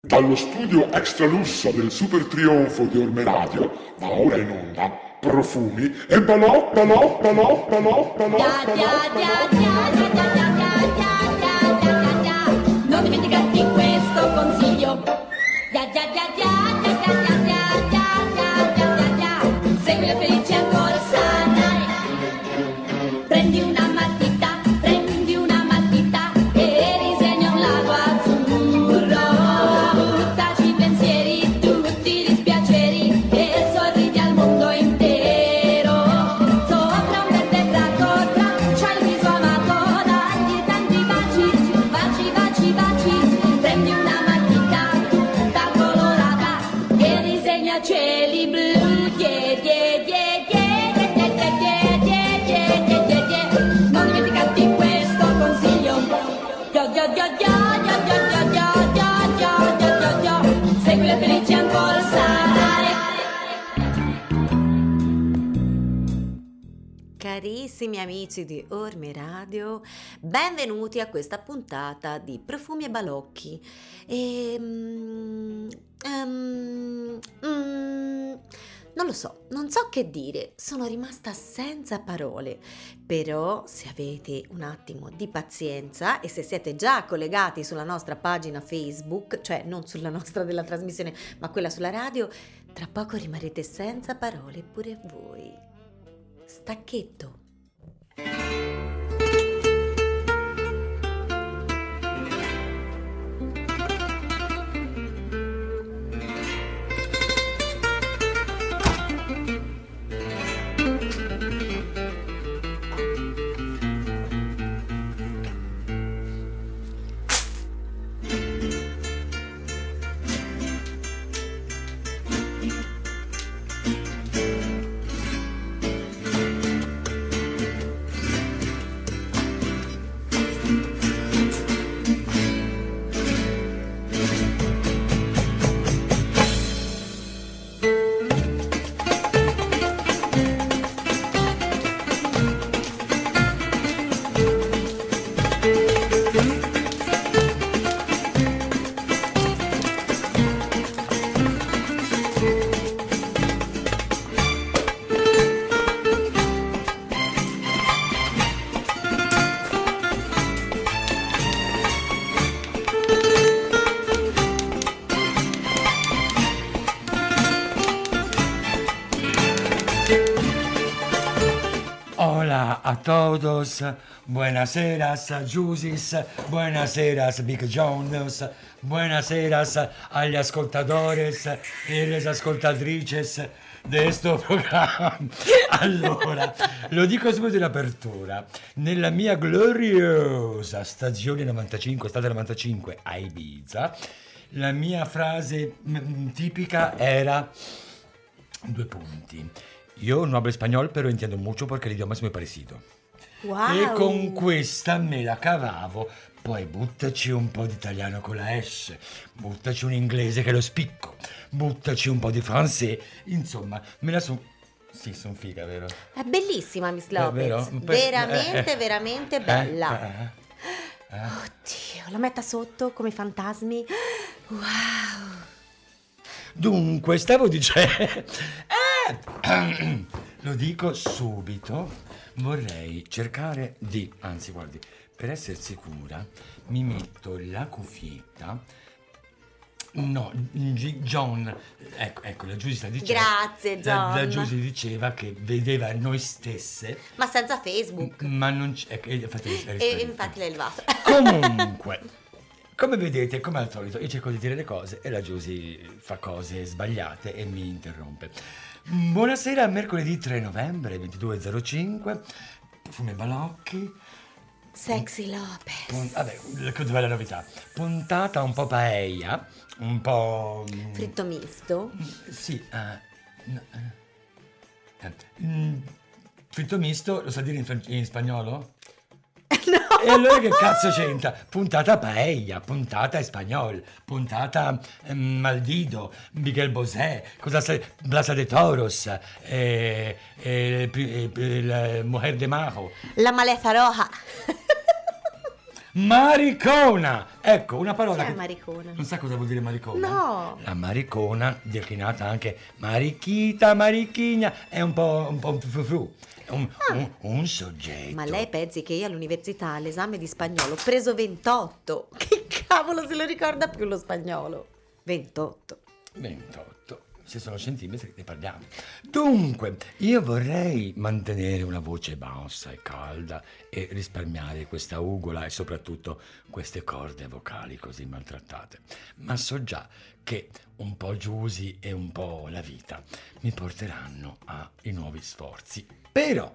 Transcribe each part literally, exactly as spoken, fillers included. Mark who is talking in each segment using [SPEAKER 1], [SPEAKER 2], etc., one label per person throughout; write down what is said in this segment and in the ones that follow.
[SPEAKER 1] Dallo studio extra lusso del super trionfo di Orme Radio va ora in onda Profumi e balò, balò, balò, balò, balò,
[SPEAKER 2] non dimenticarti questo consiglio. Segui le felici ancora sanare. Prendi una matita, prendi una matita e disegna un lago azzurro. Buttaci i pensieri, tutti i dispiaceri e sorridi al mondo intero. Sopra un verde prato, traccia il viso amato, dagli tanti baci, baci, baci, baci. Prendi una matita tutta colorata e disegna cieli blu. Yeah, yeah, yeah, yeah, yeah, yeah, yeah, yeah, yeah, yeah, yeah, yeah. Non dimenticarti questo consiglio. Yo, yo, yo, yo, yo, yo, yo, yo, yo, yo, yo, yo, yo. Segui le felici ancora sanare.
[SPEAKER 3] Carissimi amici di Orme Radio, benvenuti a questa puntata di Profumi e Balocchi. E, um, um, um, non lo so, non so che dire, sono rimasta senza parole, però se avete un attimo di pazienza e se siete già collegati sulla nostra pagina Facebook, cioè non sulla nostra della trasmissione, ma quella sulla radio, tra poco rimarrete senza parole pure voi. Stacchetto.
[SPEAKER 4] Hola a todos, buenaseras Giusis, buenaseras Big Jones, buenaseras agli ascoltadores e le ascoltatrices di questo programma. Allora, lo dico subito in apertura, nella mia gloriosa stagione novantacinque, estate novantacinque a Ibiza, la mia frase m- tipica era due punti. Yo no hablo español, pero entiendo mucho porque el idioma es muy parecido.
[SPEAKER 3] Wow.
[SPEAKER 4] E con questa me la cavavo. Poi buttaci un po' di italiano con la S, buttaci un inglese che lo spicco, buttaci un po' di francese. Insomma, me la son... Sì, son figa, vero?
[SPEAKER 3] È bellissima Miss
[SPEAKER 4] È
[SPEAKER 3] Lopez,
[SPEAKER 4] vero?
[SPEAKER 3] veramente,
[SPEAKER 4] Eh, eh.
[SPEAKER 3] veramente bella.
[SPEAKER 4] Eh, eh, eh.
[SPEAKER 3] Oddio, la metta sotto come i fantasmi. Wow.
[SPEAKER 4] Dunque, stavo dicendo... Eh, lo dico subito, vorrei cercare di... Anzi, guardi, per essere sicura, mi metto la cuffietta... No, G- John, ecco, ecco, la Giusy sta dicendo...
[SPEAKER 3] Grazie, John.
[SPEAKER 4] La, la Giusy diceva che vedeva noi stesse...
[SPEAKER 3] Ma senza Facebook.
[SPEAKER 4] Ma non c'è... eh, infatti, è
[SPEAKER 3] E
[SPEAKER 4] risparito.
[SPEAKER 3] infatti l'hai levato.
[SPEAKER 4] Comunque, come vedete, come al solito, io cerco di dire le cose e la Giusy fa cose sbagliate e mi interrompe. Buonasera, mercoledì tre novembre, ventidue e zero cinque, Profumi e Balocchi.
[SPEAKER 3] Sexy Lopez.
[SPEAKER 4] Pun- vabbè, dov'è la novità? Puntata un po' paella, un po'... mm,
[SPEAKER 3] Fritto misto.
[SPEAKER 4] Sì, eh, no, eh, eh, mm, fritto misto, lo sa dire in, fran- in spagnolo?
[SPEAKER 3] No.
[SPEAKER 4] E allora che cazzo c'entra? Puntata paella, puntata in spagnolo, puntata eh, Maldido, Miguel Bosé, cosa sa, Plaza de Toros, eh, eh, eh, eh, la Mujer de Majo.
[SPEAKER 3] La maleza roja.
[SPEAKER 4] Maricona! Ecco, una parola
[SPEAKER 3] Chi è
[SPEAKER 4] che...
[SPEAKER 3] maricona?
[SPEAKER 4] Non sa cosa vuol dire maricona?
[SPEAKER 3] No.
[SPEAKER 4] La maricona, declinata anche marichita, marichigna, è un po' un po' un frufru. Un, un, un soggetto.
[SPEAKER 3] Ma lei pensi che io all'università all'esame di spagnolo ho preso ventotto? Che cavolo se lo ricorda più lo spagnolo? ventotto.
[SPEAKER 4] ventotto. Se sono centimetri ne parliamo. Dunque, io vorrei mantenere una voce bassa e calda e risparmiare questa ugola e soprattutto queste corde vocali così maltrattate. Ma so già che un po' Giusy e un po' la vita mi porteranno ai nuovi sforzi. Però,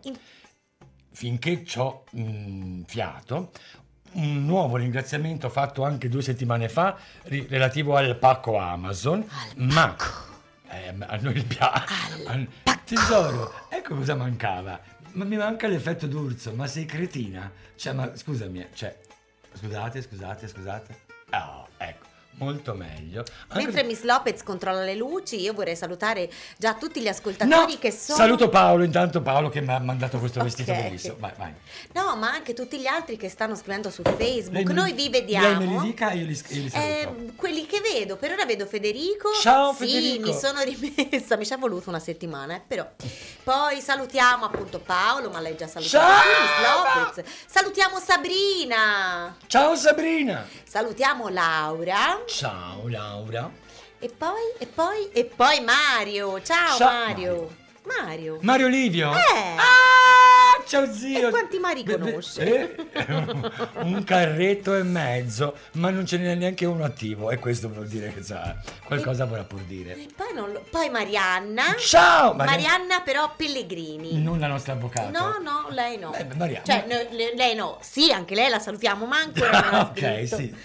[SPEAKER 4] finché c'ho mm, fiato, un nuovo ringraziamento fatto anche due settimane fa ri- relativo al pacco Amazon,
[SPEAKER 3] Al
[SPEAKER 4] ma
[SPEAKER 3] pacco.
[SPEAKER 4] eh, a noi piace.
[SPEAKER 3] Al pacco.
[SPEAKER 4] Tesoro, ecco cosa mancava. Ma mi manca l'effetto d'urso, ma sei cretina? Cioè, ma scusami, cioè, scusate, scusate, scusate. Oh, ecco, molto meglio. Anche...
[SPEAKER 3] Mentre Miss Lopez controlla le luci, io vorrei salutare già tutti gli ascoltatori
[SPEAKER 4] No,
[SPEAKER 3] che sono...
[SPEAKER 4] saluto Paolo, intanto Paolo che mi ha mandato questo vestito
[SPEAKER 3] Ok.
[SPEAKER 4] bellissimo. Vai, vai.
[SPEAKER 3] No, ma anche tutti gli altri che stanno scrivendo su Facebook.
[SPEAKER 4] Lei me li-
[SPEAKER 3] Noi vi vediamo.
[SPEAKER 4] Lei me li dica e io li, io li saluto.
[SPEAKER 3] Eh, quelli che vedo, per ora vedo Federico.
[SPEAKER 4] Ciao,
[SPEAKER 3] sì,
[SPEAKER 4] Federico.
[SPEAKER 3] mi sono rimessa, mi ci è voluto una settimana, eh, però. Poi salutiamo appunto Paolo, ma lei già salutato
[SPEAKER 4] Ciao!
[SPEAKER 3] Miss Lopez. Salutiamo Sabrina.
[SPEAKER 4] Ciao Sabrina.
[SPEAKER 3] Salutiamo Laura.
[SPEAKER 4] Ciao Laura.
[SPEAKER 3] E poi, e poi, e poi Mario. Ciao,
[SPEAKER 4] Ciao,
[SPEAKER 3] Mario. Mario.
[SPEAKER 4] Mario Livio?
[SPEAKER 3] Eh.
[SPEAKER 4] Ah, ciao zio!
[SPEAKER 3] E quanti Mari
[SPEAKER 4] Beh, beh,
[SPEAKER 3] conosce?
[SPEAKER 4] eh, un carretto e mezzo, ma non ce n'è neanche uno attivo e questo vuol dire che sa, qualcosa vorrà pur dire.
[SPEAKER 3] E poi, non lo- poi Marianna.
[SPEAKER 4] Ciao! Maria-
[SPEAKER 3] Marianna però Pellegrini.
[SPEAKER 4] Non la nostra avvocata.
[SPEAKER 3] No, no, lei no.
[SPEAKER 4] Eh, beh, Marianna.
[SPEAKER 3] Cioè, no, le- lei no. Sì, anche lei la salutiamo, ma ancora non ha
[SPEAKER 4] Ok,
[SPEAKER 3] scritto.
[SPEAKER 4] sì.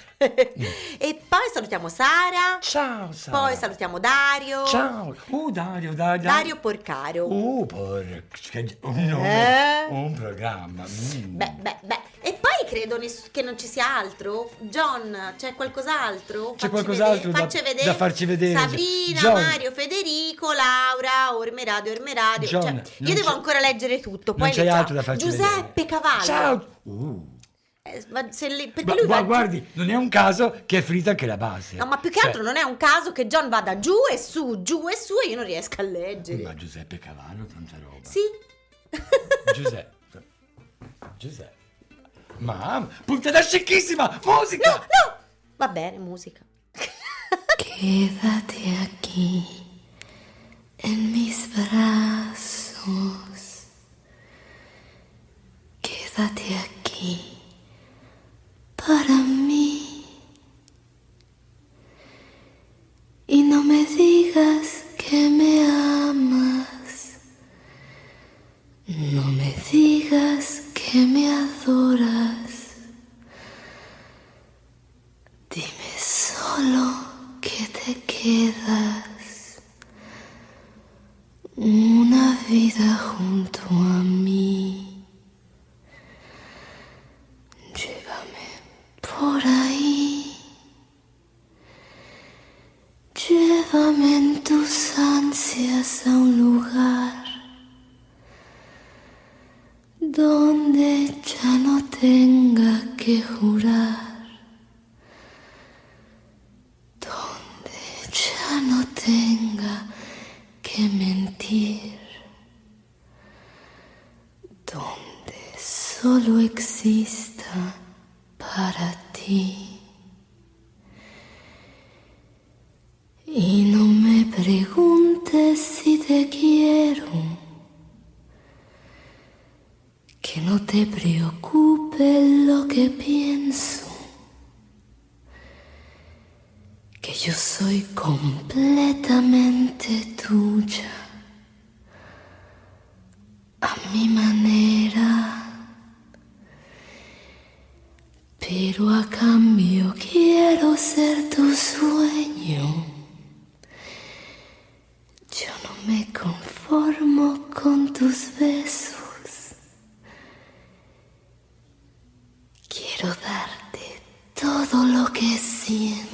[SPEAKER 3] E poi salutiamo Sara.
[SPEAKER 4] Ciao Sara.
[SPEAKER 3] Poi salutiamo Dario.
[SPEAKER 4] Ciao. Uh, Dario, Dario.
[SPEAKER 3] Dario Porcaro.
[SPEAKER 4] Uh, porca... Un nome,
[SPEAKER 3] Eh?
[SPEAKER 4] un programma. Mm.
[SPEAKER 3] Beh, beh, beh. E poi credo ness- che non ci sia altro. John, c'è qualcos'altro?
[SPEAKER 4] C'è
[SPEAKER 3] Facci
[SPEAKER 4] qualcos'altro
[SPEAKER 3] vedere-
[SPEAKER 4] da-
[SPEAKER 3] facci vedere.
[SPEAKER 4] da farci vedere.
[SPEAKER 3] Sabrina,
[SPEAKER 4] John.
[SPEAKER 3] Mario, Federico, Laura, Orme Radio, Orme Radio.
[SPEAKER 4] John,
[SPEAKER 3] Cioè,
[SPEAKER 4] non
[SPEAKER 3] io devo
[SPEAKER 4] c'è-
[SPEAKER 3] ancora leggere tutto.
[SPEAKER 4] Non
[SPEAKER 3] Poi
[SPEAKER 4] c'è
[SPEAKER 3] leggiamo.
[SPEAKER 4] altro da farci
[SPEAKER 3] Giuseppe
[SPEAKER 4] vedere.
[SPEAKER 3] Cavallo.
[SPEAKER 4] Ciao. Uh.
[SPEAKER 3] Eh, ma se le- perché
[SPEAKER 4] Gua-
[SPEAKER 3] lui
[SPEAKER 4] gua-
[SPEAKER 3] va
[SPEAKER 4] guardi, non è un caso che è finita anche la base.
[SPEAKER 3] No, ma più che
[SPEAKER 4] Cioè,
[SPEAKER 3] altro non è un caso che John vada giù e su, giù e su e io non riesco a leggere.
[SPEAKER 4] Ma Giuseppe Cavallo, tanta roba.
[SPEAKER 3] Sì.
[SPEAKER 4] Giuseppe. Giuseppe. Ma puntata scicchissima! Musica!
[SPEAKER 3] No, no. Va bene, musica.
[SPEAKER 5] Quédate aquí en mis brazos. Quédate aquí para mí. Y no me digas que me amas. No me digas que me adoras. Dime solo que te quedas una vida junto a mí. Llévame por ahí. Llévame en tus ansias a un lugar donde ya no tenga que jurar. Donde ya no tenga que mentir, donde solo exista para ti. Y no me preguntes si te quiero, que no te preocupe lo que pienso. Que yo soy completamente tuya, a mi manera, pero a cambio quiero ser tu sueño. Yo no me conformo con tus besos, quiero darte todo lo que siento.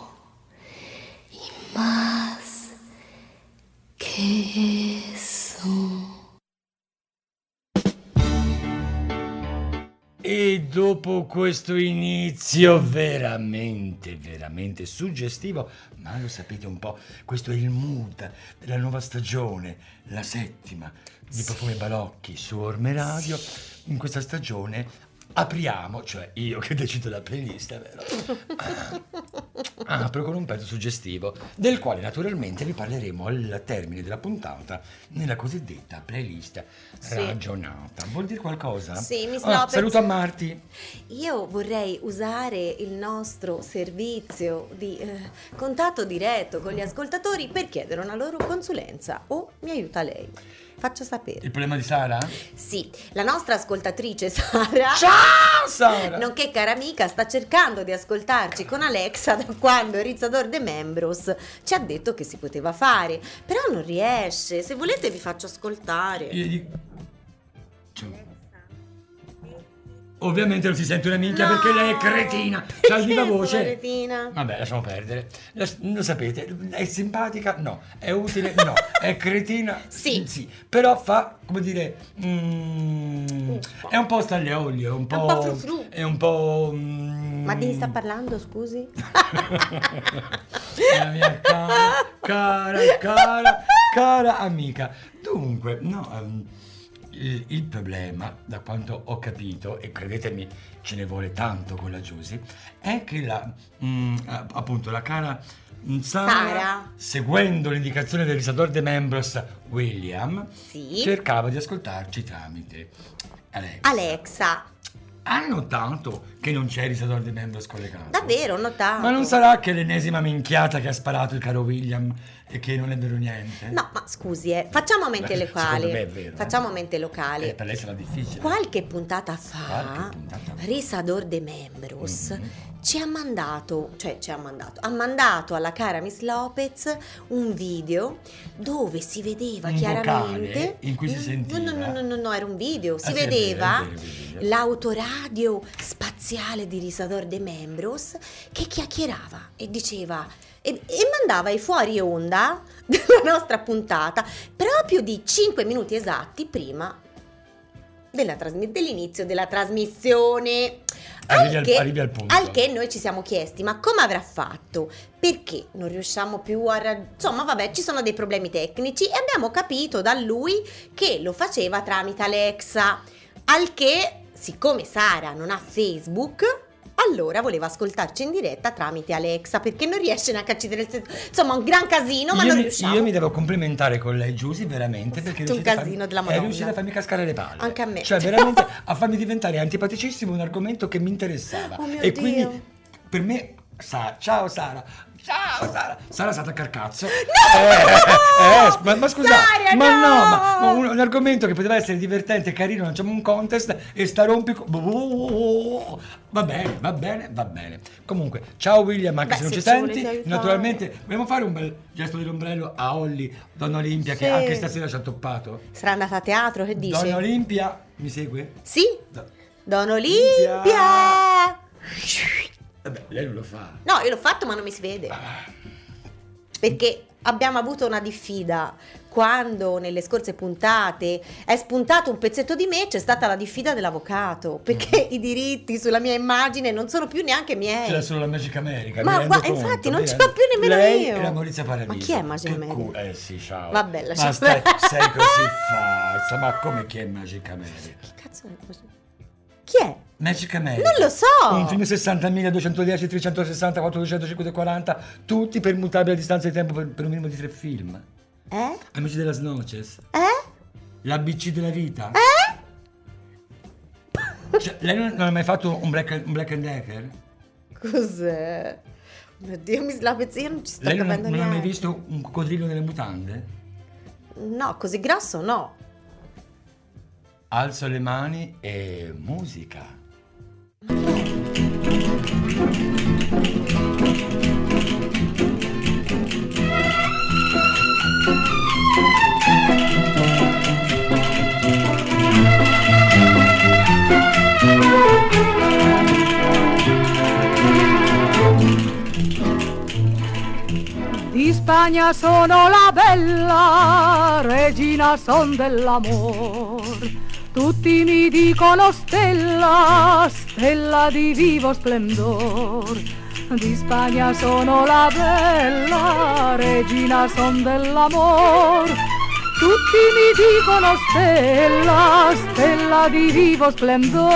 [SPEAKER 5] Más che eso.
[SPEAKER 4] E dopo questo inizio veramente, veramente suggestivo, ma lo sapete un po', questo è il mood della nuova stagione, la settima di Profumi e Balocchi su Orme Radio. In questa stagione apriamo, cioè io che decido la playlist, è vero? Ah, apro con un pezzo suggestivo, del quale naturalmente vi parleremo al termine della puntata nella cosiddetta playlist
[SPEAKER 3] Sì.
[SPEAKER 4] ragionata. Vuol dire qualcosa?
[SPEAKER 3] Sì, Miss
[SPEAKER 4] Ah,
[SPEAKER 3] Lopez.
[SPEAKER 4] saluto a Marti.
[SPEAKER 3] Io vorrei usare il nostro servizio di eh, contatto diretto con gli ascoltatori per chiedere una loro consulenza, o mi aiuta lei? Faccia sapere.
[SPEAKER 4] Il problema di Sara?
[SPEAKER 3] Sì, la nostra ascoltatrice Sara,
[SPEAKER 4] Ciao Sara!
[SPEAKER 3] nonché cara amica, sta cercando di ascoltarci con Alexa da quando Rizzador de Membros ci ha detto che si poteva fare, però non riesce. Se volete vi faccio ascoltare.
[SPEAKER 4] Io gli- Cioè, ovviamente non si sente una minchia
[SPEAKER 3] No!
[SPEAKER 4] perché lei è cretina, c'ha il viva
[SPEAKER 3] Perché
[SPEAKER 4] voce.
[SPEAKER 3] sono cretina?
[SPEAKER 4] Vabbè, lasciamo perdere. Las- Lo sapete, è simpatica? No. È utile? No. È cretina?
[SPEAKER 3] Sì.
[SPEAKER 4] Sì. Però fa, come dire, mm, è un po' stagliaolio, è un po'...
[SPEAKER 3] po' frufru.
[SPEAKER 4] È un po'... mm,
[SPEAKER 3] Ma di chi sta parlando, scusi?
[SPEAKER 4] la mia cara, cara, cara, cara amica. Dunque, no, ehm, il, il problema, da quanto ho capito, e credetemi, ce ne vuole tanto con la Giusy, è che la, mm, a- appunto, la cara mm, Sara,
[SPEAKER 3] Sara.
[SPEAKER 4] seguendo l'indicazione del risaltador de Membros William,
[SPEAKER 3] Sì.
[SPEAKER 4] cercava di ascoltarci tramite Alexa.
[SPEAKER 3] Alexa.
[SPEAKER 4] Ha notato che non c'è il risaltador de Membros collegato?
[SPEAKER 3] Davvero, ho notato.
[SPEAKER 4] Ma non sarà che l'ennesima minchiata che ha sparato il caro William e che non è vero niente?
[SPEAKER 3] No, ma scusi, eh, facciamo mente
[SPEAKER 4] Beh,
[SPEAKER 3] locali.
[SPEAKER 4] secondo me è vero, eh.
[SPEAKER 3] Facciamo mente locali.
[SPEAKER 4] Eh, per lei sarà difficile.
[SPEAKER 3] Qualche puntata fa,
[SPEAKER 4] Qualche puntata fa.
[SPEAKER 3] Risador de Membros
[SPEAKER 4] Mhm.
[SPEAKER 3] ci ha mandato, cioè ci ha mandato, ha mandato alla cara Miss Lopez un video dove si vedeva
[SPEAKER 4] Un
[SPEAKER 3] chiaramente
[SPEAKER 4] vocale in cui si
[SPEAKER 3] No,
[SPEAKER 4] sentiva.
[SPEAKER 3] No, no, no, no, no, era un video, si
[SPEAKER 4] Ah, sì, è
[SPEAKER 3] vedeva
[SPEAKER 4] vero, è vero, è vero.
[SPEAKER 3] l'autoradio spaziale di Risador de Membros che chiacchierava e diceva e, e mandava i fuori onda della nostra puntata proprio di cinque minuti esatti prima della trasmi- dell'inizio della trasmissione.
[SPEAKER 4] Arrivi al-
[SPEAKER 3] che,
[SPEAKER 4] arrivi al punto.
[SPEAKER 3] al che noi ci siamo chiesti, ma come avrà fatto? Perché non riusciamo più a... ra- Insomma, vabbè, ci sono dei problemi tecnici e abbiamo capito da lui che lo faceva tramite Alexa. Al che, siccome Sara non ha Facebook, allora voleva ascoltarci in diretta tramite Alexa, perché non riesce neanche a accedere al senso. Insomma, un gran casino, ma
[SPEAKER 4] io,
[SPEAKER 3] non
[SPEAKER 4] mi,
[SPEAKER 3] riusciamo.
[SPEAKER 4] io mi devo complimentare con lei, Giusy, veramente, perché è
[SPEAKER 3] fatto un
[SPEAKER 4] riuscita a
[SPEAKER 3] casino
[SPEAKER 4] farmi-
[SPEAKER 3] della
[SPEAKER 4] è
[SPEAKER 3] Madonna.
[SPEAKER 4] riuscita a farmi cascare le palle.
[SPEAKER 3] Anche a me.
[SPEAKER 4] Cioè, veramente a farmi diventare antipaticissimo un argomento che mi interessava.
[SPEAKER 3] Oh mio
[SPEAKER 4] e
[SPEAKER 3] Dio.
[SPEAKER 4] quindi, per me, Sa- ciao Sara, ciao Sara, Sara è stata a carcazzo. No! Eh, eh, ma, ma scusa,
[SPEAKER 3] Sara,
[SPEAKER 4] ma no,
[SPEAKER 3] no!
[SPEAKER 4] ma, ma un, un argomento che poteva essere divertente, carino, facciamo un contest e sta rompi... Va bene, va bene, va bene. Comunque, ciao William, anche
[SPEAKER 3] Beh,
[SPEAKER 4] se non
[SPEAKER 3] se
[SPEAKER 4] ci
[SPEAKER 3] ci
[SPEAKER 4] senti,
[SPEAKER 3] volete aiutare.
[SPEAKER 4] naturalmente, vogliamo fare un bel gesto dell'ombrello a Olli, Donna Olimpia, che
[SPEAKER 3] Sì.
[SPEAKER 4] anche stasera ci ha toppato.
[SPEAKER 3] Sarà andata a teatro, che dice?
[SPEAKER 4] Donna Olimpia, mi segue?
[SPEAKER 3] Sì,
[SPEAKER 4] Do-
[SPEAKER 3] Don Olimpia.
[SPEAKER 4] Vabbè, lei non lo fa.
[SPEAKER 3] No, io l'ho fatto ma non mi si vede. Perché abbiamo avuto una diffida. Quando nelle scorse puntate è spuntato un pezzetto di me, c'è stata la diffida dell'avvocato. Perché i diritti sulla mia immagine non sono più neanche miei.
[SPEAKER 4] C'era solo la Magic America.
[SPEAKER 3] Ma
[SPEAKER 4] mi rendo
[SPEAKER 3] gua-
[SPEAKER 4] conto,
[SPEAKER 3] infatti
[SPEAKER 4] mi
[SPEAKER 3] non ce
[SPEAKER 4] rendo-
[SPEAKER 3] l'ho più nemmeno
[SPEAKER 4] lei
[SPEAKER 3] io.
[SPEAKER 4] e la Maurizia Paradiso.
[SPEAKER 3] Ma chi è Magic
[SPEAKER 4] Che
[SPEAKER 3] America?
[SPEAKER 4] cu- Eh sì, ciao.
[SPEAKER 3] Vabbè, lascia
[SPEAKER 4] Ma stai,
[SPEAKER 3] stare.
[SPEAKER 4] sei così falsa, ma come chi è Magic America?
[SPEAKER 3] Che cazzo è? Chi è?
[SPEAKER 4] Magic America.
[SPEAKER 3] Non lo so.
[SPEAKER 4] Un film sessantamila duecentodieci trecentosessanta quattroduecentocinque quaranta, tutti per mutabile distanza di tempo per, per un minimo di tre film.
[SPEAKER 3] Eh?
[SPEAKER 4] Amici della Snoces.
[SPEAKER 3] Eh?
[SPEAKER 4] L'A B C della vita.
[SPEAKER 3] Eh?
[SPEAKER 4] Cioè, lei non, non ha mai fatto un black, un black and Decker?
[SPEAKER 3] Cos'è? Mio Dio, mi la io non ci sto
[SPEAKER 4] Lei non, ha-
[SPEAKER 3] capendo
[SPEAKER 4] non ha mai
[SPEAKER 3] niente.
[SPEAKER 4] visto un coccodrillo nelle mutande?
[SPEAKER 3] No, così grasso no.
[SPEAKER 4] Alzo le mani e musica.
[SPEAKER 6] Di Spagna sono la bella, regina son dell'amor. tutti mi dicono stella, stella di vivo splendor. Di Spagna sono la bella, regina son dell'amor. Tutti mi dicono stella, stella di vivo splendor.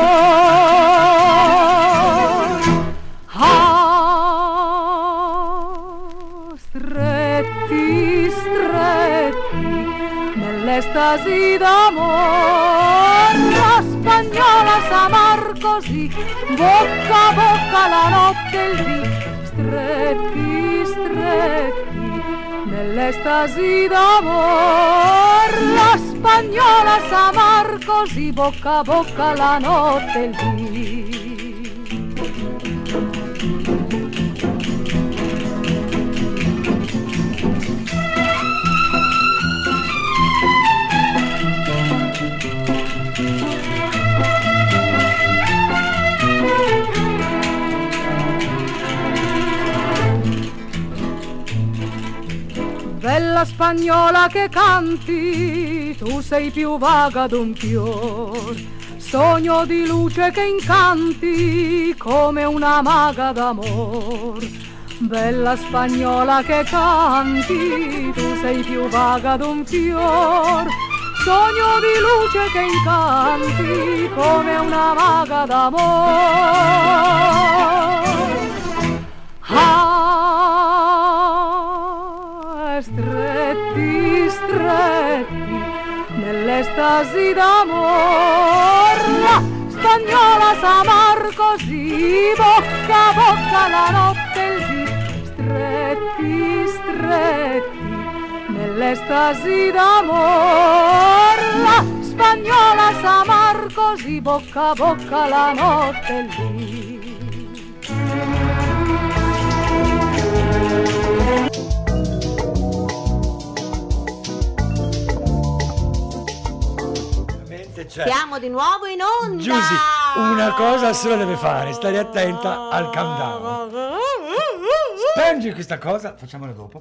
[SPEAKER 6] Ah, stretti, stretti, nell'estasi d'amor, la spagnola s'amar così, bocca a bocca la notte e il dì. Stretti, stretti, nell'estasi d'amor, la spagnola s'amar così, bocca a bocca la notte e il dì. Bella spagnola che canti, tu sei più vaga d'un fior, sogno di luce che incanti come una maga d'amor. Bella spagnola che canti, tu sei più vaga d'un fior, sogno di luce che incanti come una maga d'amor. Ah, stretti, stretti, nell'estasi d'amor, la spagnola s'amar così, bocca a bocca la notte e il dì. Stretti, stretti, nell'estasi d'amor, la spagnola s'amar così, bocca a bocca la notte e il dì.
[SPEAKER 4] Cioè,
[SPEAKER 3] siamo di nuovo in onda.
[SPEAKER 4] Giusy, una cosa sola deve fare, stare attenta al countdown. Spengi questa cosa, facciamola dopo.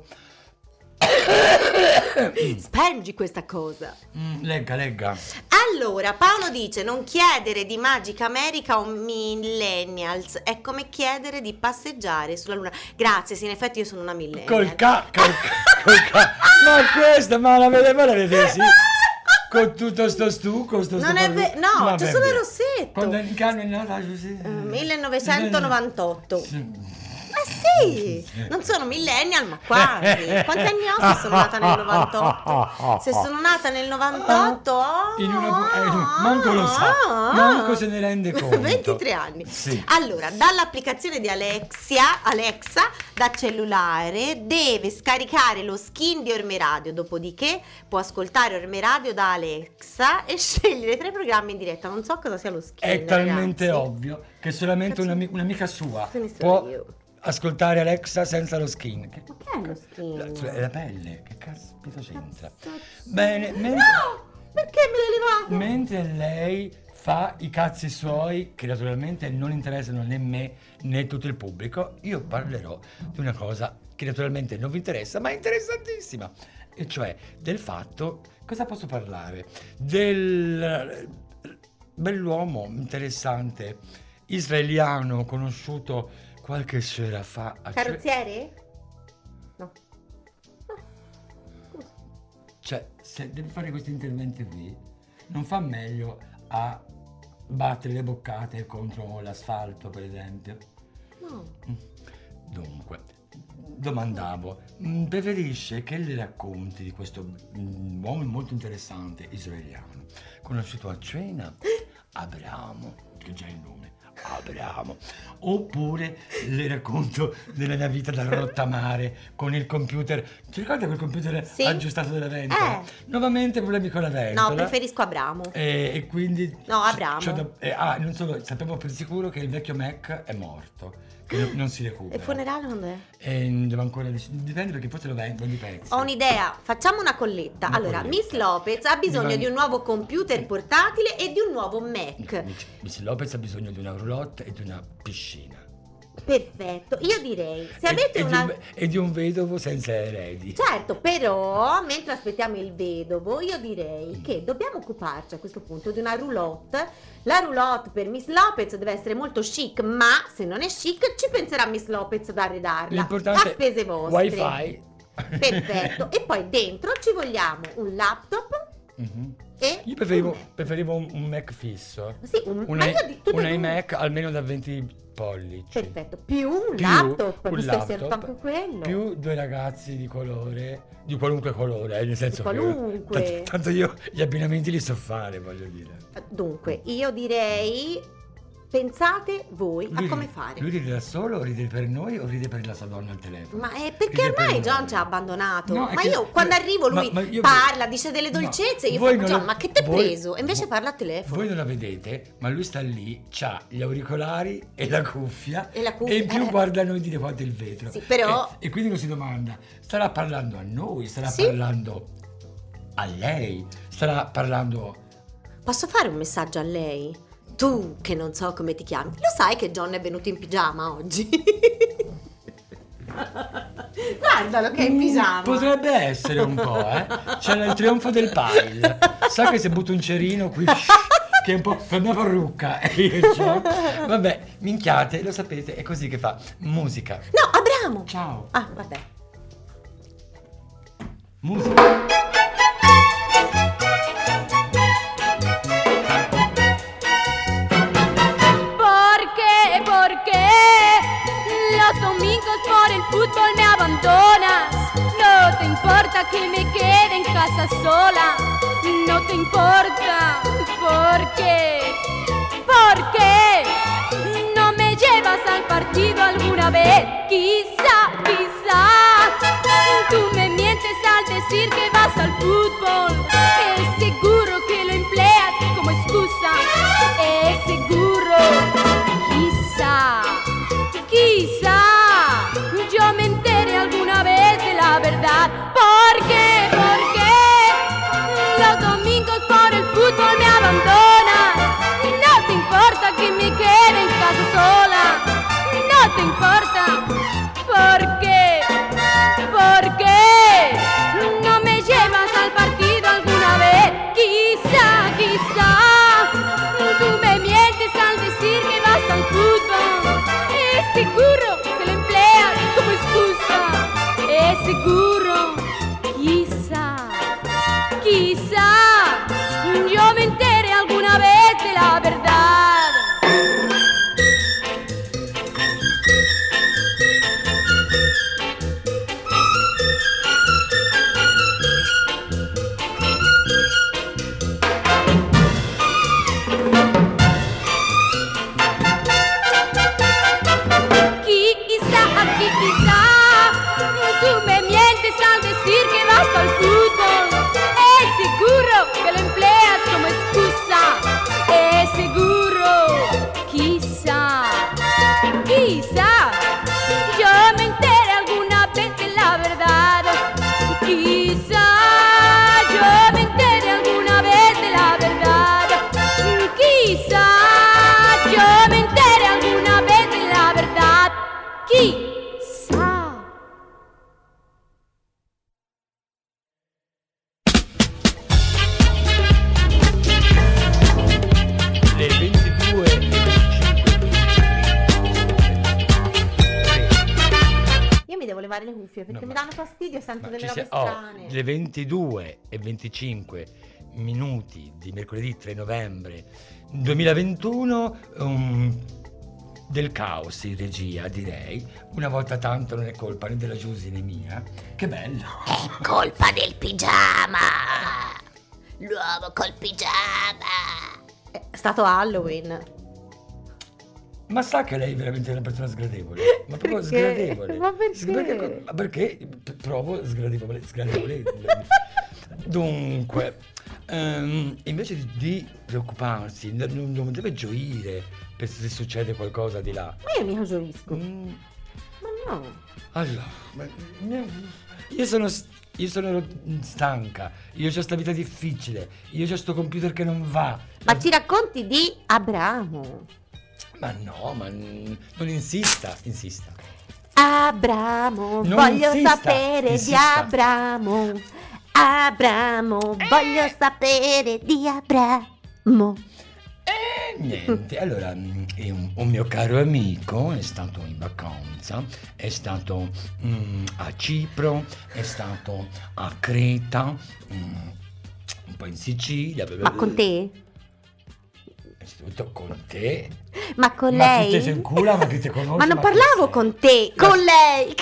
[SPEAKER 3] Spengi questa cosa.
[SPEAKER 4] Mm, legga, legga.
[SPEAKER 3] Allora, Paolo dice: non chiedere di Magic America o millennials è come chiedere di passeggiare sulla luna. Grazie, sì, in effetti io sono una millennial.
[SPEAKER 4] Col ca, col ca, col ca. Ma questa, ma la vede, ma la vede, sì. Con tutto sto stucco, sto
[SPEAKER 3] Non è vero, no,
[SPEAKER 4] Ma
[SPEAKER 3] c'è
[SPEAKER 4] beh,
[SPEAKER 3] solo il
[SPEAKER 4] beh.
[SPEAKER 3] rossetto.
[SPEAKER 4] Quando in anno è nata Giusy?
[SPEAKER 3] Eh, millenovecentonovantotto.
[SPEAKER 4] Sì.
[SPEAKER 3] Ma sì, non sono millennial, ma quasi. Quanti anni ho se sono nata nel novantotto? Se sono nata nel novantotto, oh,
[SPEAKER 4] In una, eh, manco lo sa,
[SPEAKER 3] ah,
[SPEAKER 4] manco se ne rende conto.
[SPEAKER 3] ventitré anni.
[SPEAKER 4] Sì.
[SPEAKER 3] Allora, dall'applicazione di Alexia, Alexa, da cellulare, deve scaricare lo skin di Orme Radio, dopodiché può ascoltare Orme Radio da Alexa e scegliere tre programmi in diretta. Non so cosa sia lo skin.
[SPEAKER 4] È talmente
[SPEAKER 3] ragazzi.
[SPEAKER 4] ovvio che solamente un'ami- un'amica sua
[SPEAKER 3] Se ne so
[SPEAKER 4] può
[SPEAKER 3] io.
[SPEAKER 4] ascoltare Alexa senza lo skin. Che-
[SPEAKER 3] Ma che è lo skin?
[SPEAKER 4] Cioè, è la pelle, che caspita c'entra? Bene, mentre,
[SPEAKER 3] No! Perché me l'hai levato?
[SPEAKER 4] mentre lei fa i cazzi suoi, che naturalmente non interessano né me né tutto il pubblico, io parlerò di una cosa che naturalmente non vi interessa, ma è interessantissima, e cioè del fatto, cosa posso parlare? Del bell'uomo interessante israeliano conosciuto qualche sera fa a
[SPEAKER 3] Carrozziere? No.
[SPEAKER 4] Cioè, se devi fare questi interventi qui, non fa meglio a battere le boccate contro l'asfalto, per esempio?
[SPEAKER 3] No.
[SPEAKER 4] Dunque, domandavo, mh, preferisce che le racconti di questo mh, uomo molto interessante israeliano, conosciuto a cena, Abramo, che è già il nome, Abramo, oppure le racconto della mia vita da rottamare con il computer? Ti ricordi quel computer
[SPEAKER 3] Sì.
[SPEAKER 4] aggiustato della ventola?
[SPEAKER 3] Eh.
[SPEAKER 4] Nuovamente problemi con la ventola.
[SPEAKER 3] No, preferisco Abramo.
[SPEAKER 4] E, e quindi
[SPEAKER 3] No,
[SPEAKER 4] c-
[SPEAKER 3] Abramo.
[SPEAKER 4] c'ho da- eh, ah, non solo, sappiamo per sicuro che il vecchio Mac è morto, che non, non si
[SPEAKER 3] E
[SPEAKER 4] recupera.
[SPEAKER 3] il funerale quando è?
[SPEAKER 4] E devo ancora dec- dipende, perché forse lo vendono di pezzi.
[SPEAKER 3] Ho un'idea, facciamo una colletta.
[SPEAKER 4] Una
[SPEAKER 3] allora,
[SPEAKER 4] colletta.
[SPEAKER 3] Miss Lopez ha bisogno
[SPEAKER 4] Divan-
[SPEAKER 3] di un nuovo computer portatile e di un nuovo Mac.
[SPEAKER 4] Miss Miss Lopez ha bisogno di una roulotte e di una piscina.
[SPEAKER 3] Perfetto, io direi, se
[SPEAKER 4] E-
[SPEAKER 3] avete
[SPEAKER 4] e, di
[SPEAKER 3] una...
[SPEAKER 4] un, e di un vedovo senza eredi.
[SPEAKER 3] Certo, però, mentre aspettiamo il vedovo, io direi che dobbiamo occuparci a questo punto di una roulotte. La roulotte per Miss Lopez deve essere molto chic, ma se non è chic ci penserà Miss Lopez ad arredarla.
[SPEAKER 4] L'importante
[SPEAKER 3] a spese vostre.
[SPEAKER 4] Wi-Fi.
[SPEAKER 3] Perfetto. E poi dentro ci vogliamo un laptop
[SPEAKER 4] Mhm.
[SPEAKER 3] e
[SPEAKER 4] Io preferivo,
[SPEAKER 3] un Mac.
[SPEAKER 4] preferivo un, un Mac fisso.
[SPEAKER 3] Sì, un,
[SPEAKER 4] Un,
[SPEAKER 3] ma
[SPEAKER 4] i-
[SPEAKER 3] io di- tutte
[SPEAKER 4] un
[SPEAKER 3] e due.
[SPEAKER 4] iMac almeno da venti pollici.
[SPEAKER 3] Perfetto, più un
[SPEAKER 4] Più
[SPEAKER 3] laptop,
[SPEAKER 4] un
[SPEAKER 3] mi stai servendo
[SPEAKER 4] laptop,
[SPEAKER 3] anche quello.
[SPEAKER 4] più due ragazzi di colore, di qualunque colore, eh, nel senso che
[SPEAKER 3] qualunque.
[SPEAKER 4] tanto, tanto io gli abbinamenti li so fare, voglio dire.
[SPEAKER 3] Dunque, io direi, pensate voi a
[SPEAKER 4] Lui
[SPEAKER 3] come
[SPEAKER 4] ride-
[SPEAKER 3] fare.
[SPEAKER 4] Lui ride da solo, ride per noi o ride per la sua donna al telefono?
[SPEAKER 3] Ma è perché
[SPEAKER 4] Ride per
[SPEAKER 3] ormai
[SPEAKER 4] noi.
[SPEAKER 3] John ci ha abbandonato.
[SPEAKER 4] No, è
[SPEAKER 3] ma
[SPEAKER 4] che-
[SPEAKER 3] io quando
[SPEAKER 4] ma-
[SPEAKER 3] arrivo lui
[SPEAKER 4] ma- ma io-
[SPEAKER 3] parla, dice delle
[SPEAKER 4] No,
[SPEAKER 3] dolcezze, io
[SPEAKER 4] voi
[SPEAKER 3] dico
[SPEAKER 4] non
[SPEAKER 3] John,
[SPEAKER 4] lo-
[SPEAKER 3] ma che t'è
[SPEAKER 4] voi-
[SPEAKER 3] preso? E invece
[SPEAKER 4] voi-
[SPEAKER 3] parla al telefono.
[SPEAKER 4] Voi non la vedete, ma lui sta lì, c'ha gli auricolari e la cuffia
[SPEAKER 3] E la cuffia,
[SPEAKER 4] in più
[SPEAKER 3] eh.
[SPEAKER 4] guarda noi di davanti il vetro.
[SPEAKER 3] Sì, però-
[SPEAKER 4] E, e quindi uno si domanda, starà parlando a noi, starà
[SPEAKER 3] Sì.
[SPEAKER 4] parlando a lei, starà parlando...
[SPEAKER 3] Posso fare un messaggio a lei? Tu, che non so come ti chiami, lo sai che John è venuto in pigiama oggi? Guardalo che è in pigiama.
[SPEAKER 4] Potrebbe essere un po', eh. C'era il trionfo del pile. Sa che se butto un cerino qui che è un po' per una parrucca e io c'ho- vabbè, minchiate, lo sapete, è così che fa. Musica.
[SPEAKER 3] No, Abramo.
[SPEAKER 4] Ciao.
[SPEAKER 3] Ah, vabbè.
[SPEAKER 4] Musica.
[SPEAKER 6] Porque, porque los domingos por el fútbol me abandonas. No te importa que me quede en casa sola. No te importa. ¿Por qué? ¿Por qué no me llevas al partido alguna vez? Quizá, quizá tú me mientes al decir que vas al fútbol. Es seguro que lo empleas como excusa. Es seguro. Quizá, quizá yo me entere alguna vez de la verdad. ¿Por qué? ¿Por qué los domingos por el fútbol me abandonas? No te importa que me quede en casa sola. No te importa. ¿Por qué? ¿Por qué no me llevas al partido alguna vez? Quizá, quizá tú me mientes al decir que vas al fútbol. Es seguro que lo empleas como excusa. Es seguro. Quizá, quizá yo me entere alguna vez de la verdad. Quizá, aquí quizá tú me mientes al decir que vas al fútbol. Es seguro que lo empleas como excusa. Es seguro. Quizá, quizá yo me entere alguna vez de la verdad. Quizá yo me entere alguna vez de la verdad. Quizá yo me entere alguna vez de la verdad. Quizá.
[SPEAKER 4] Le ventidue e venticinque.
[SPEAKER 3] Io mi devo levare le cuffie perché
[SPEAKER 4] No,
[SPEAKER 3] mi
[SPEAKER 4] ma-
[SPEAKER 3] danno fastidio e sento
[SPEAKER 4] Ma
[SPEAKER 3] delle
[SPEAKER 4] ci
[SPEAKER 3] robe
[SPEAKER 4] sia- oh,
[SPEAKER 3] strane.
[SPEAKER 4] le ventidue e venticinque minuti di mercoledì tre novembre duemilaventuno, um, del caos in regia, direi. Una volta tanto non è colpa né della Giusy né mia. Che bello.
[SPEAKER 5] Colpa del pigiama! L'uomo col pigiama!
[SPEAKER 3] È stato Halloween.
[SPEAKER 4] Ma sa che lei è veramente una persona sgradevole? Ma proprio
[SPEAKER 3] Perché?
[SPEAKER 4] sgradevole.
[SPEAKER 3] Ma perché?
[SPEAKER 4] Sgradevole- ma perché p- provo sgradevole, sgradevole. Dunque, ehm, invece di, di preoccuparsi, non, non deve gioire per se succede qualcosa di là.
[SPEAKER 3] Ma io mica gioisco.
[SPEAKER 4] Mm,
[SPEAKER 3] Ma no.
[SPEAKER 4] allora, ma- io sono, io sono stanca, io ho questa vita difficile, io ho questo computer che non va.
[SPEAKER 3] Ma ci racconti di Abramo.
[SPEAKER 4] Ma no, ma n- non insista, insista.
[SPEAKER 5] Abramo,
[SPEAKER 4] Non
[SPEAKER 5] voglio
[SPEAKER 4] insista,
[SPEAKER 5] sapere
[SPEAKER 4] insista.
[SPEAKER 5] di Abramo. Abramo, voglio sapere di Abramo.
[SPEAKER 4] E niente, allora mm, e un, un mio caro amico è stato in vacanza, è stato mm, a Cipro, è stato a Creta, mm, un po' in Sicilia.
[SPEAKER 5] Ma con te?
[SPEAKER 4] È stato con te.
[SPEAKER 5] Ma con
[SPEAKER 4] Ma
[SPEAKER 5] lei?
[SPEAKER 4] chi te sei in culo, ma chi te conosce?
[SPEAKER 5] Ma non
[SPEAKER 4] chi
[SPEAKER 5] parlavo
[SPEAKER 4] sei?
[SPEAKER 5] con te,
[SPEAKER 4] Ma-
[SPEAKER 5] con lei.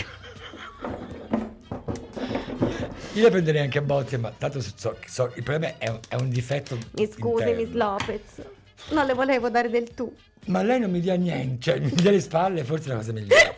[SPEAKER 4] Io la prenderei anche a botte, ma tanto so, so- il problema è un, è un difetto.
[SPEAKER 5] Mi scusi,
[SPEAKER 4] interno.
[SPEAKER 5] Miss Lopez. Non le volevo dare del tu.
[SPEAKER 4] Ma lei non mi dia niente, cioè mi dia le spalle, forse è la cosa migliore.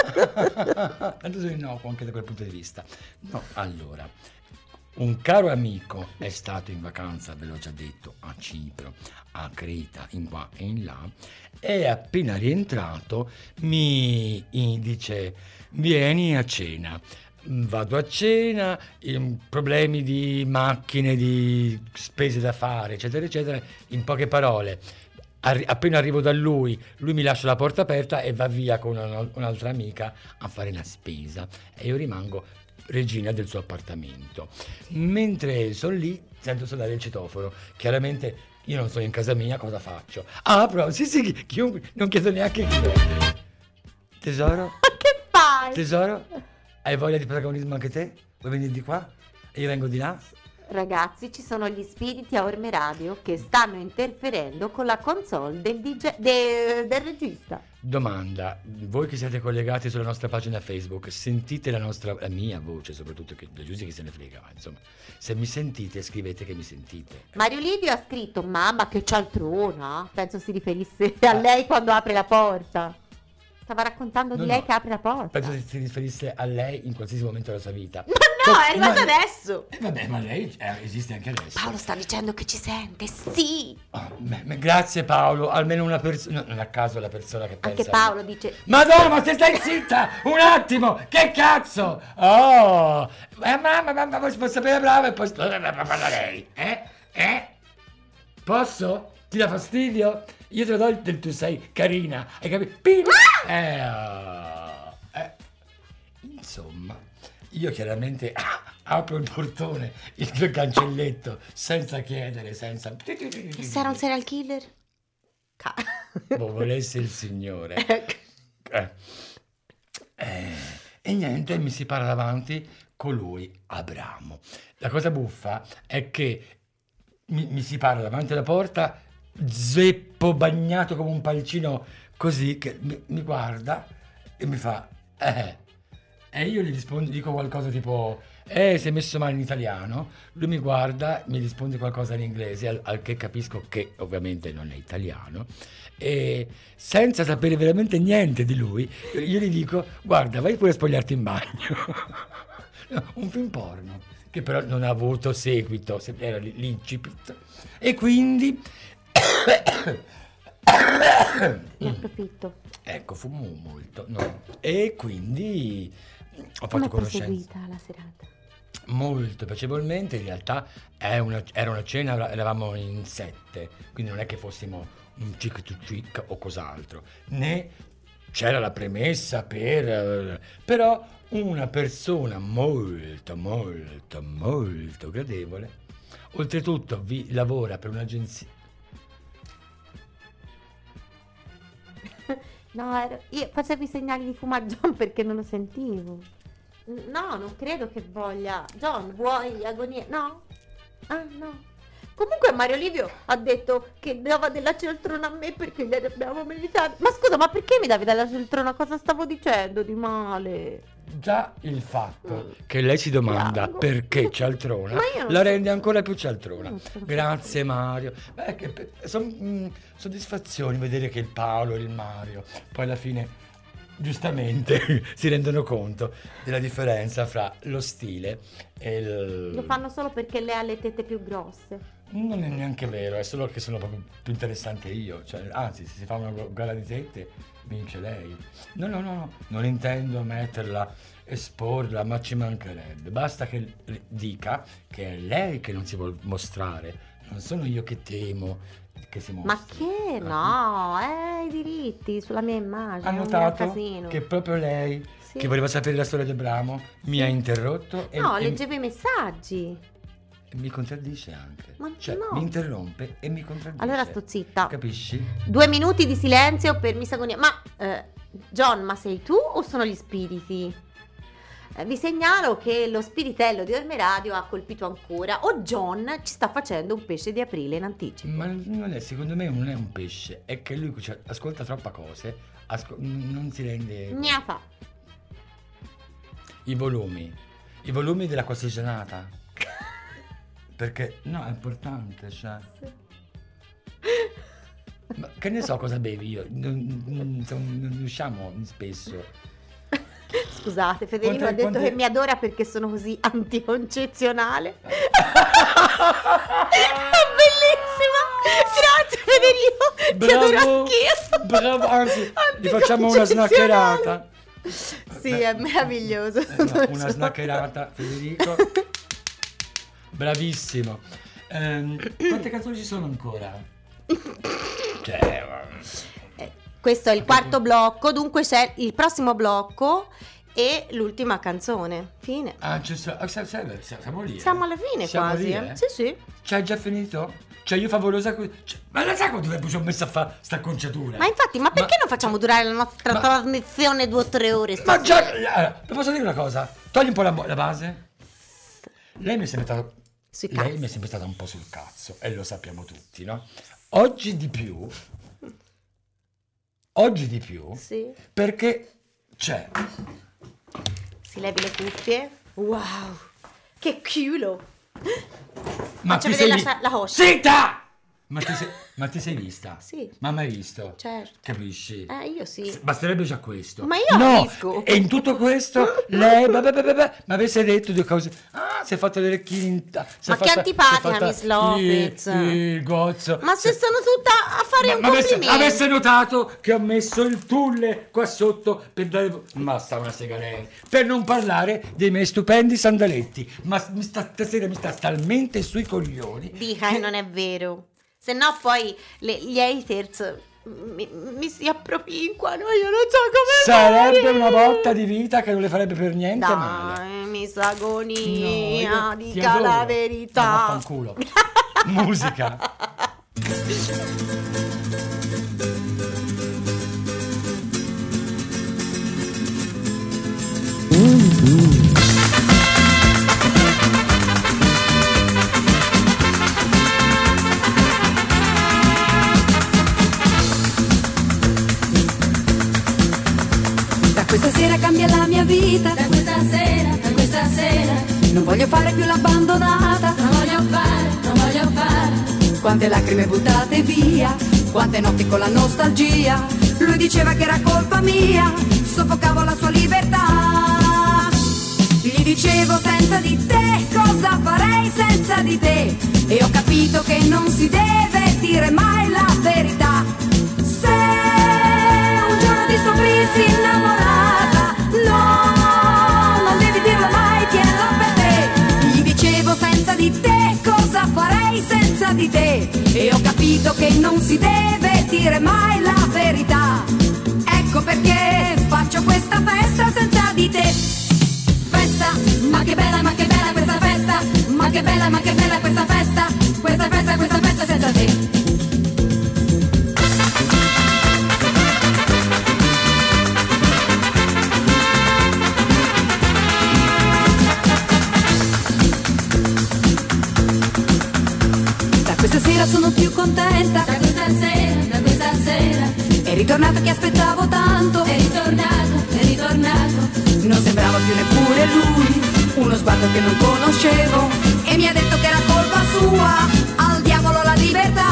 [SPEAKER 4] Tanto sono innocuo anche da quel punto di vista. No, allora, un caro amico è stato in vacanza, ve l'ho già detto, a Cipro, a Creta, in qua e in là, e appena rientrato mi dice: vieni a cena. Vado a cena, ehm, problemi di macchine, di spese da fare, eccetera, eccetera. In poche parole, arri- appena arrivo da lui, lui mi lascia la porta aperta e va via con una- un'altra amica a fare la spesa. E io rimango regina del suo appartamento. Mentre sono lì, sento suonare il citofono. Chiaramente io non sono in casa mia, cosa faccio? Apro, sì sì, chi- chiunque, non chiedo neanche chi è. Tesoro?
[SPEAKER 5] Ma che fai?
[SPEAKER 4] Tesoro? Hai voglia di protagonismo anche te? Vuoi venire di qua? E io vengo di là?
[SPEAKER 5] Ragazzi, ci sono gli spiriti a Orme Radio che stanno interferendo con la console del, D J, de- del regista.
[SPEAKER 4] Domanda, voi che siete collegati sulla nostra pagina Facebook, sentite la nostra, la mia voce soprattutto, che è giusto che se ne frega, ma insomma, se mi sentite scrivete che mi sentite.
[SPEAKER 5] Mario Livio ha scritto: mamma che cialtrona. Penso si riferisse a lei quando apre la porta. Stava raccontando
[SPEAKER 4] No,
[SPEAKER 5] di lei
[SPEAKER 4] no.
[SPEAKER 5] che apre la porta.
[SPEAKER 4] Penso che si riferisse a lei in qualsiasi momento della sua vita.
[SPEAKER 3] Ma no, è arrivato
[SPEAKER 4] Ma-
[SPEAKER 3] adesso.
[SPEAKER 4] Eh, vabbè, ma lei eh, esiste anche adesso.
[SPEAKER 5] Paolo sta dicendo che ci sente, sì.
[SPEAKER 4] Ah, beh, beh, grazie Paolo, almeno una persona, no, non a caso la persona che pensa
[SPEAKER 5] Anche
[SPEAKER 4] a me.
[SPEAKER 5] Paolo dice:
[SPEAKER 4] Madonna, ma se stai zitta! Un attimo! Che cazzo! Oh! Eh, mamma, mamma, posso sapere brava e poi parla lei? Eh? Eh? Posso? Ti dà fastidio? Io te lo do il del tu sei carina, hai capito? Pim! Eh, oh, eh. Insomma, io chiaramente apro il portone, il tuo cancelletto, senza chiedere, senza...
[SPEAKER 5] se era un serial killer? Ca-
[SPEAKER 4] Boh, volesse il Signore.
[SPEAKER 5] Ecco.
[SPEAKER 4] Eh. Eh, e niente, mi si para davanti colui, Abramo. La cosa buffa è che mi, mi si para davanti alla porta, zeppo, bagnato come un palcino, così, che mi, mi guarda e mi fa, eh. E io gli rispondo, dico qualcosa tipo, eh, si è messo male in italiano. Lui mi guarda, mi risponde qualcosa in inglese, al, al che capisco che ovviamente non è italiano. E senza sapere veramente niente di lui, io gli dico, guarda, vai pure a spogliarti in bagno. No, un film porno, che però non ha avuto seguito, se- era l- l'incipit. E quindi...
[SPEAKER 5] Ne approfitto.
[SPEAKER 4] Ecco, fumo molto, no. E quindi ho
[SPEAKER 5] Come
[SPEAKER 4] fatto
[SPEAKER 5] è
[SPEAKER 4] conoscenza
[SPEAKER 5] proseguita la serata?
[SPEAKER 4] molto piacevolmente. In realtà è una- era una cena, era- eravamo in sette, quindi non è che fossimo un chic to chic o cos'altro, né c'era la premessa per... eh, però una persona molto, molto, molto gradevole. Oltretutto vi lavora per un'agenzia...
[SPEAKER 5] No, ero- io facevo i segnali di fuma a John perché non lo sentivo. N- No, non credo che voglia. John, vuoi agonia? No? Ah, no. Comunque Mario Livio ha detto che dava della cialtrona a me perché gliene abbiamo meritato. Ma scusa, ma perché mi davi della cialtrona? Cosa stavo dicendo di male?
[SPEAKER 4] Già il fatto che lei si domanda
[SPEAKER 5] Piango.
[SPEAKER 4] perché cialtrona
[SPEAKER 5] Ma io non
[SPEAKER 4] la
[SPEAKER 5] so-
[SPEAKER 4] rende ancora più cialtrona.
[SPEAKER 5] Non sono
[SPEAKER 4] Grazie Mario. Beh, che sono soddisfazioni vedere che il Paolo e il Mario poi alla fine giustamente si rendono conto della differenza fra lo stile e il...
[SPEAKER 5] Lo fanno solo perché lei ha le tette più grosse.
[SPEAKER 4] Non è neanche vero, è solo che sono proprio più interessante io, cioè, anzi, se si fa una gara di tette vince lei. No, no, no, no, non intendo metterla, esporla, ma ci mancherebbe. Basta che dica che è lei che non si vuole mostrare Non sono io che temo che si mostri.
[SPEAKER 5] Ma che? No, eh, i diritti sulla mia immagine.
[SPEAKER 4] Ha
[SPEAKER 5] è un
[SPEAKER 4] notato
[SPEAKER 5] casino.
[SPEAKER 4] che proprio lei,
[SPEAKER 5] Sì.
[SPEAKER 4] che voleva sapere la storia di Abramo, mi ha interrotto e,
[SPEAKER 5] No,
[SPEAKER 4] e-
[SPEAKER 5] leggevo i messaggi.
[SPEAKER 4] e mi contraddice anche.
[SPEAKER 5] Ma
[SPEAKER 4] Cioè,
[SPEAKER 5] no.
[SPEAKER 4] mi interrompe e mi contraddice.
[SPEAKER 5] Allora sto zitta.
[SPEAKER 4] Capisci?
[SPEAKER 5] Due minuti di silenzio per Miss Agonia. Ma, eh, John, ma sei tu o sono gli spiriti? Eh, vi segnalo che lo spiritello di Orme Radio ha colpito ancora. O John ci sta facendo un pesce di aprile in anticipo.
[SPEAKER 4] Ma non è, secondo me non è un pesce, è che lui cioè, ascolta troppa cose, asco- non si rende
[SPEAKER 5] Gnafa.
[SPEAKER 4] i volumi, i volumi della costigianata. Perché no, è importante, cioè. Ma che ne so cosa bevi io? Non, non, non- non riusciamo spesso.
[SPEAKER 5] Scusate, Federico
[SPEAKER 4] Quante-
[SPEAKER 5] ha detto
[SPEAKER 4] quante-
[SPEAKER 5] che mi adora perché sono così anticoncezionale. È bellissima. Grazie Federico. Ti adoro
[SPEAKER 4] Bravo,
[SPEAKER 5] anch'io.
[SPEAKER 4] bravo, anzi, gli facciamo una
[SPEAKER 5] Anticoncezionale.
[SPEAKER 4] snaccherata.
[SPEAKER 5] Sì, è meraviglioso.
[SPEAKER 4] Una, una snaccherata, Federico. Bravissimo. Ehm, quante canzoni ci sono ancora? Cioè,
[SPEAKER 5] Eh, Questo è il quarto blocco, dunque c'è il prossimo blocco e l'ultima canzone. Fine.
[SPEAKER 4] ah, c'è, ah, siamo, siamo lì. eh?
[SPEAKER 5] Siamo alla fine
[SPEAKER 4] Siamo
[SPEAKER 5] quasi.
[SPEAKER 4] lì,
[SPEAKER 5] eh.
[SPEAKER 4] eh?
[SPEAKER 5] Sì, sì.
[SPEAKER 4] Cioè, già finito? Cioè, io favolosa. co- Cioè, ma la sai quanto tempo ci ho messo a fare sta conciatura?
[SPEAKER 5] Ma infatti, ma perché non facciamo durare la nostra
[SPEAKER 4] ma-
[SPEAKER 5] trasmissione due o tre ore?
[SPEAKER 4] Ma
[SPEAKER 5] stasera?
[SPEAKER 4] già. Allora, vi posso dire una cosa? Togli un po' la, bo- la base. Lei mi è sempre stata.
[SPEAKER 5] Sui
[SPEAKER 4] Lei
[SPEAKER 5] cazzi.
[SPEAKER 4] mi è sempre stata un po' sul cazzo, e lo sappiamo tutti, no? Oggi di più. Oggi di più.
[SPEAKER 5] Sì.
[SPEAKER 4] Perché c'è.
[SPEAKER 5] Si levi le cuffie. Wow. Che culo.
[SPEAKER 4] Ma
[SPEAKER 5] Faccio
[SPEAKER 4] ti
[SPEAKER 5] vedere
[SPEAKER 4] sei
[SPEAKER 5] la,
[SPEAKER 4] vi-
[SPEAKER 5] la hostia.
[SPEAKER 4] Zitta! Ma ti sei, ma ti sei vista?
[SPEAKER 5] Sì.
[SPEAKER 4] Ma mai visto?
[SPEAKER 5] Certo.
[SPEAKER 4] Capisci?
[SPEAKER 5] Eh, io sì.
[SPEAKER 4] Basterebbe già questo.
[SPEAKER 5] Ma io
[SPEAKER 4] no,
[SPEAKER 5] capisco.
[SPEAKER 4] e in tutto questo lei beh, beh, beh, beh, beh, mi avesse detto due cose. Ah, si è fatta le orecchine in ta- si è
[SPEAKER 5] Ma che
[SPEAKER 4] fatta-
[SPEAKER 5] antipatica,
[SPEAKER 4] si è fatta
[SPEAKER 5] Miss Lopez.
[SPEAKER 4] Il, il gozzo.
[SPEAKER 5] Ma se sono tutta a fare
[SPEAKER 4] Ma-
[SPEAKER 5] un
[SPEAKER 4] ma avesse,
[SPEAKER 5] complimento.
[SPEAKER 4] avesse notato che ho messo il tulle qua sotto per dare. Ma sta una sega lei. Per non parlare dei miei stupendi sandaletti. Ma mi sta, stasera mi sta talmente sui coglioni.
[SPEAKER 5] Dica che non è vero. Se no poi le- gli haters mi, mi si appropinquano. Io non so come
[SPEAKER 4] Sarebbe
[SPEAKER 5] fare.
[SPEAKER 4] una botta di vita che non le farebbe per niente male.
[SPEAKER 5] Dai, Miss
[SPEAKER 4] No,
[SPEAKER 5] Agonia,
[SPEAKER 4] io ti
[SPEAKER 5] dica
[SPEAKER 4] adoro.
[SPEAKER 5] la
[SPEAKER 4] Ma
[SPEAKER 5] verità.
[SPEAKER 4] vaffanculo. Musica.
[SPEAKER 7] Da questa sera cambia la mia vita,
[SPEAKER 2] Da questa sera, da questa sera,
[SPEAKER 7] non voglio fare più l'abbandonata.
[SPEAKER 2] non voglio fare, non voglio fare.
[SPEAKER 7] Quante lacrime buttate via, quante notti con la nostalgia. Lui diceva che era colpa mia, soffocavo la sua libertà. Gli dicevo senza di te, cosa farei senza di te? E ho capito che non si deve dire mai la verità. Se un giorno ti scoprissi innamorata, no, non devi dirlo mai, tienilo per te. Gli dicevo senza di te, cosa farei senza di te? E ho capito che non si deve dire mai la verità. Ecco perché faccio questa festa senza di te. Festa, ma che bella, ma che bella questa festa. Ma che bella, ma che bella questa festa. Questa festa, questa festa senza te. Da questa sera sono più contenta.
[SPEAKER 2] Da questa sera, da questa sera,
[SPEAKER 7] È ritornato chi aspettavo tanto.
[SPEAKER 2] è ritornato, è ritornato.
[SPEAKER 7] Non sembrava più neppure lui, uno sguardo che non conoscevo, e mi ha detto che era colpa sua, al diavolo la libertà.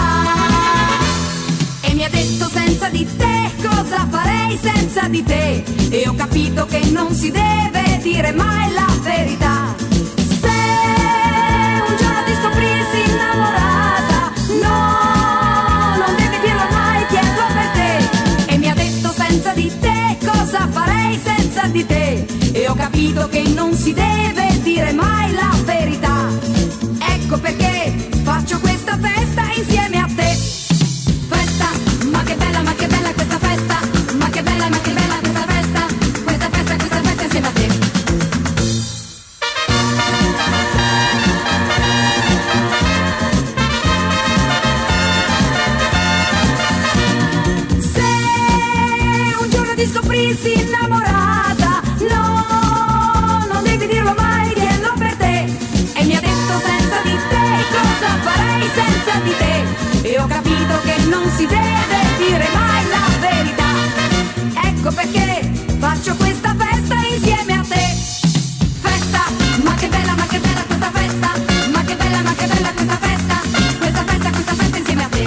[SPEAKER 7] E mi ha detto senza di te, cosa farei senza di te? E ho capito che non si deve dire mai la verità. Se un giorno ti scoprissi innamorata, no, non devi dirlo mai, tienilo per te. E mi ha detto senza di te, cosa farei senza di te? E ho capito che non si deve dire mai la verità. Ecco perché faccio faccio questa festa insieme a te. Festa, ma che bella, ma che bella questa festa, ma che bella, ma che bella questa festa, questa festa, questa festa insieme a te. Se un giorno ti scoprissi innamorata, no, non devi dirlo mai, dirlo per te. E mi ha detto senza di te cosa farei senza di te. E ho capito che non si deve dire mai la verità. Ecco perché faccio questa festa insieme a te. Festa, ma che bella, ma che bella questa festa, ma che bella, ma che bella questa festa, questa festa, questa festa insieme a te.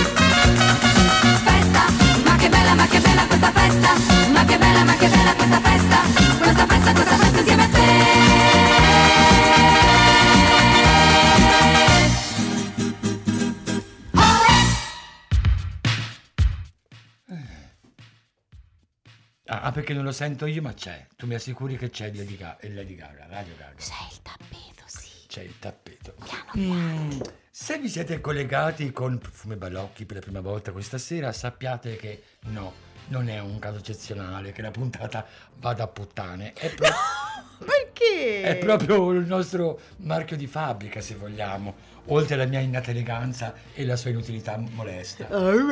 [SPEAKER 7] Festa, ma che bella, ma che bella questa festa, ma che bella, ma che bella questa festa, questa festa, questa festa insieme a te.
[SPEAKER 4] Ah, perché non lo sento io, ma c'è. Tu mi assicuri che c'è Lady Gaga, Lady Gaga, Radio Gaga.
[SPEAKER 3] C'è il tappeto, sì.
[SPEAKER 4] C'è il tappeto.
[SPEAKER 3] Piano
[SPEAKER 4] Mm, se vi siete collegati con Profumo e Balocchi per la prima volta questa sera, sappiate che no, non è un caso eccezionale che la puntata vada a puttane. È, pro-
[SPEAKER 3] Perché?
[SPEAKER 4] è proprio il nostro marchio di fabbrica, se vogliamo. Oltre alla mia innata eleganza e la sua inutilità molesta.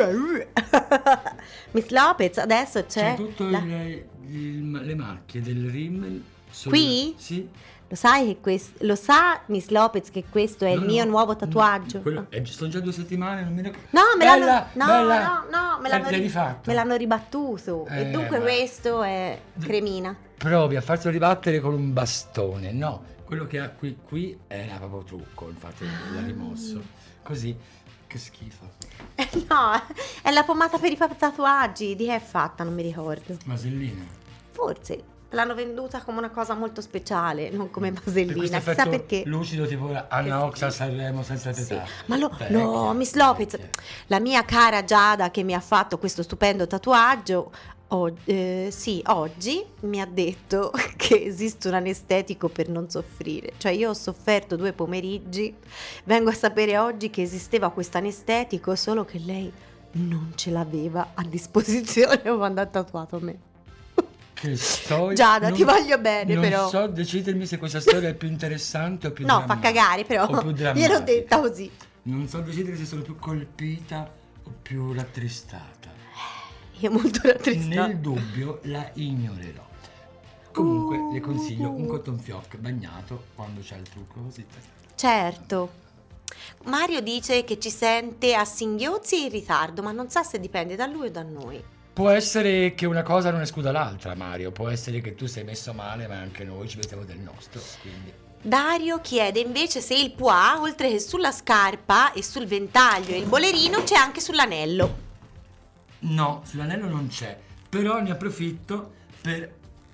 [SPEAKER 3] Miss Lopez, adesso c'è...
[SPEAKER 4] C'è tutto
[SPEAKER 3] la-
[SPEAKER 4] il- il- le macchie del Rimmel. sul-
[SPEAKER 3] Qui?
[SPEAKER 4] Sì.
[SPEAKER 3] Lo sai che questo... Lo sa Miss Lopez che questo è il
[SPEAKER 4] No,
[SPEAKER 3] mio
[SPEAKER 4] no,
[SPEAKER 3] nuovo tatuaggio?
[SPEAKER 4] Quello, eh, sono già due settimane, non mi ricordo.
[SPEAKER 3] No, me
[SPEAKER 4] Bella,
[SPEAKER 3] l'hanno, no,
[SPEAKER 4] bella.
[SPEAKER 3] no, no, me l'hanno,
[SPEAKER 4] L'hai
[SPEAKER 3] ri-
[SPEAKER 4] rifatto?
[SPEAKER 3] me l'hanno ribattuto.
[SPEAKER 4] Eh,
[SPEAKER 3] e dunque
[SPEAKER 4] ma-
[SPEAKER 3] questo è cremina.
[SPEAKER 4] Provi a farselo ribattere con un bastone. No, quello che ha qui, qui era proprio trucco, infatti l'ha rimosso. Così, che schifo.
[SPEAKER 3] Eh, no, è la pomata per i tatuaggi. Di che è fatta? Non mi ricordo.
[SPEAKER 4] Vasellina.
[SPEAKER 3] Forse l'hanno venduta come una cosa molto speciale, non come
[SPEAKER 4] Per
[SPEAKER 3] vasellina.
[SPEAKER 4] questo
[SPEAKER 3] Chissà
[SPEAKER 4] effetto
[SPEAKER 3] perché.
[SPEAKER 4] lucido tipo Anna
[SPEAKER 3] Che
[SPEAKER 4] Ox a Sanremo senza
[SPEAKER 3] Sì.
[SPEAKER 4] tetà.
[SPEAKER 3] Ma lo,
[SPEAKER 4] Vecchia,
[SPEAKER 3] no, Miss Lopez,
[SPEAKER 4] vecchia.
[SPEAKER 3] la mia cara Giada che mi ha fatto questo stupendo tatuaggio, o- eh, sì, oggi mi ha detto che esiste un anestetico per non soffrire. Cioè io ho sofferto due pomeriggi, vengo a sapere oggi che esisteva questo anestetico, solo che lei non ce l'aveva a disposizione quando ha tatuato me.
[SPEAKER 4] Che storia.
[SPEAKER 3] Giada,
[SPEAKER 4] non-
[SPEAKER 3] ti voglio bene,
[SPEAKER 4] non
[SPEAKER 3] però.
[SPEAKER 4] Non so decidermi se questa storia è più interessante o più
[SPEAKER 3] No, fa
[SPEAKER 4] drammatica.
[SPEAKER 3] cagare, però.
[SPEAKER 4] O più drammatica.
[SPEAKER 3] Gliel'ho detta così.
[SPEAKER 4] Non so decidere se sono più colpita o più rattristata.
[SPEAKER 3] Io molto rattristata.
[SPEAKER 4] Nel dubbio la ignorerò. Comunque le consiglio un cotton fioc bagnato quando c'è il trucco così.
[SPEAKER 3] Certo. Mario dice che ci sente a singhiozzi e in ritardo, ma non sa se dipende da lui o da noi.
[SPEAKER 4] Può essere che una cosa non escluda l'altra, Mario. Può essere che tu sei messo male, ma anche noi ci mettiamo del nostro. Quindi.
[SPEAKER 3] Dario chiede invece se il pois, oltre che sulla scarpa e sul ventaglio e il bolerino, c'è anche sull'anello.
[SPEAKER 4] No, sull'anello non c'è. Però ne approfitto per,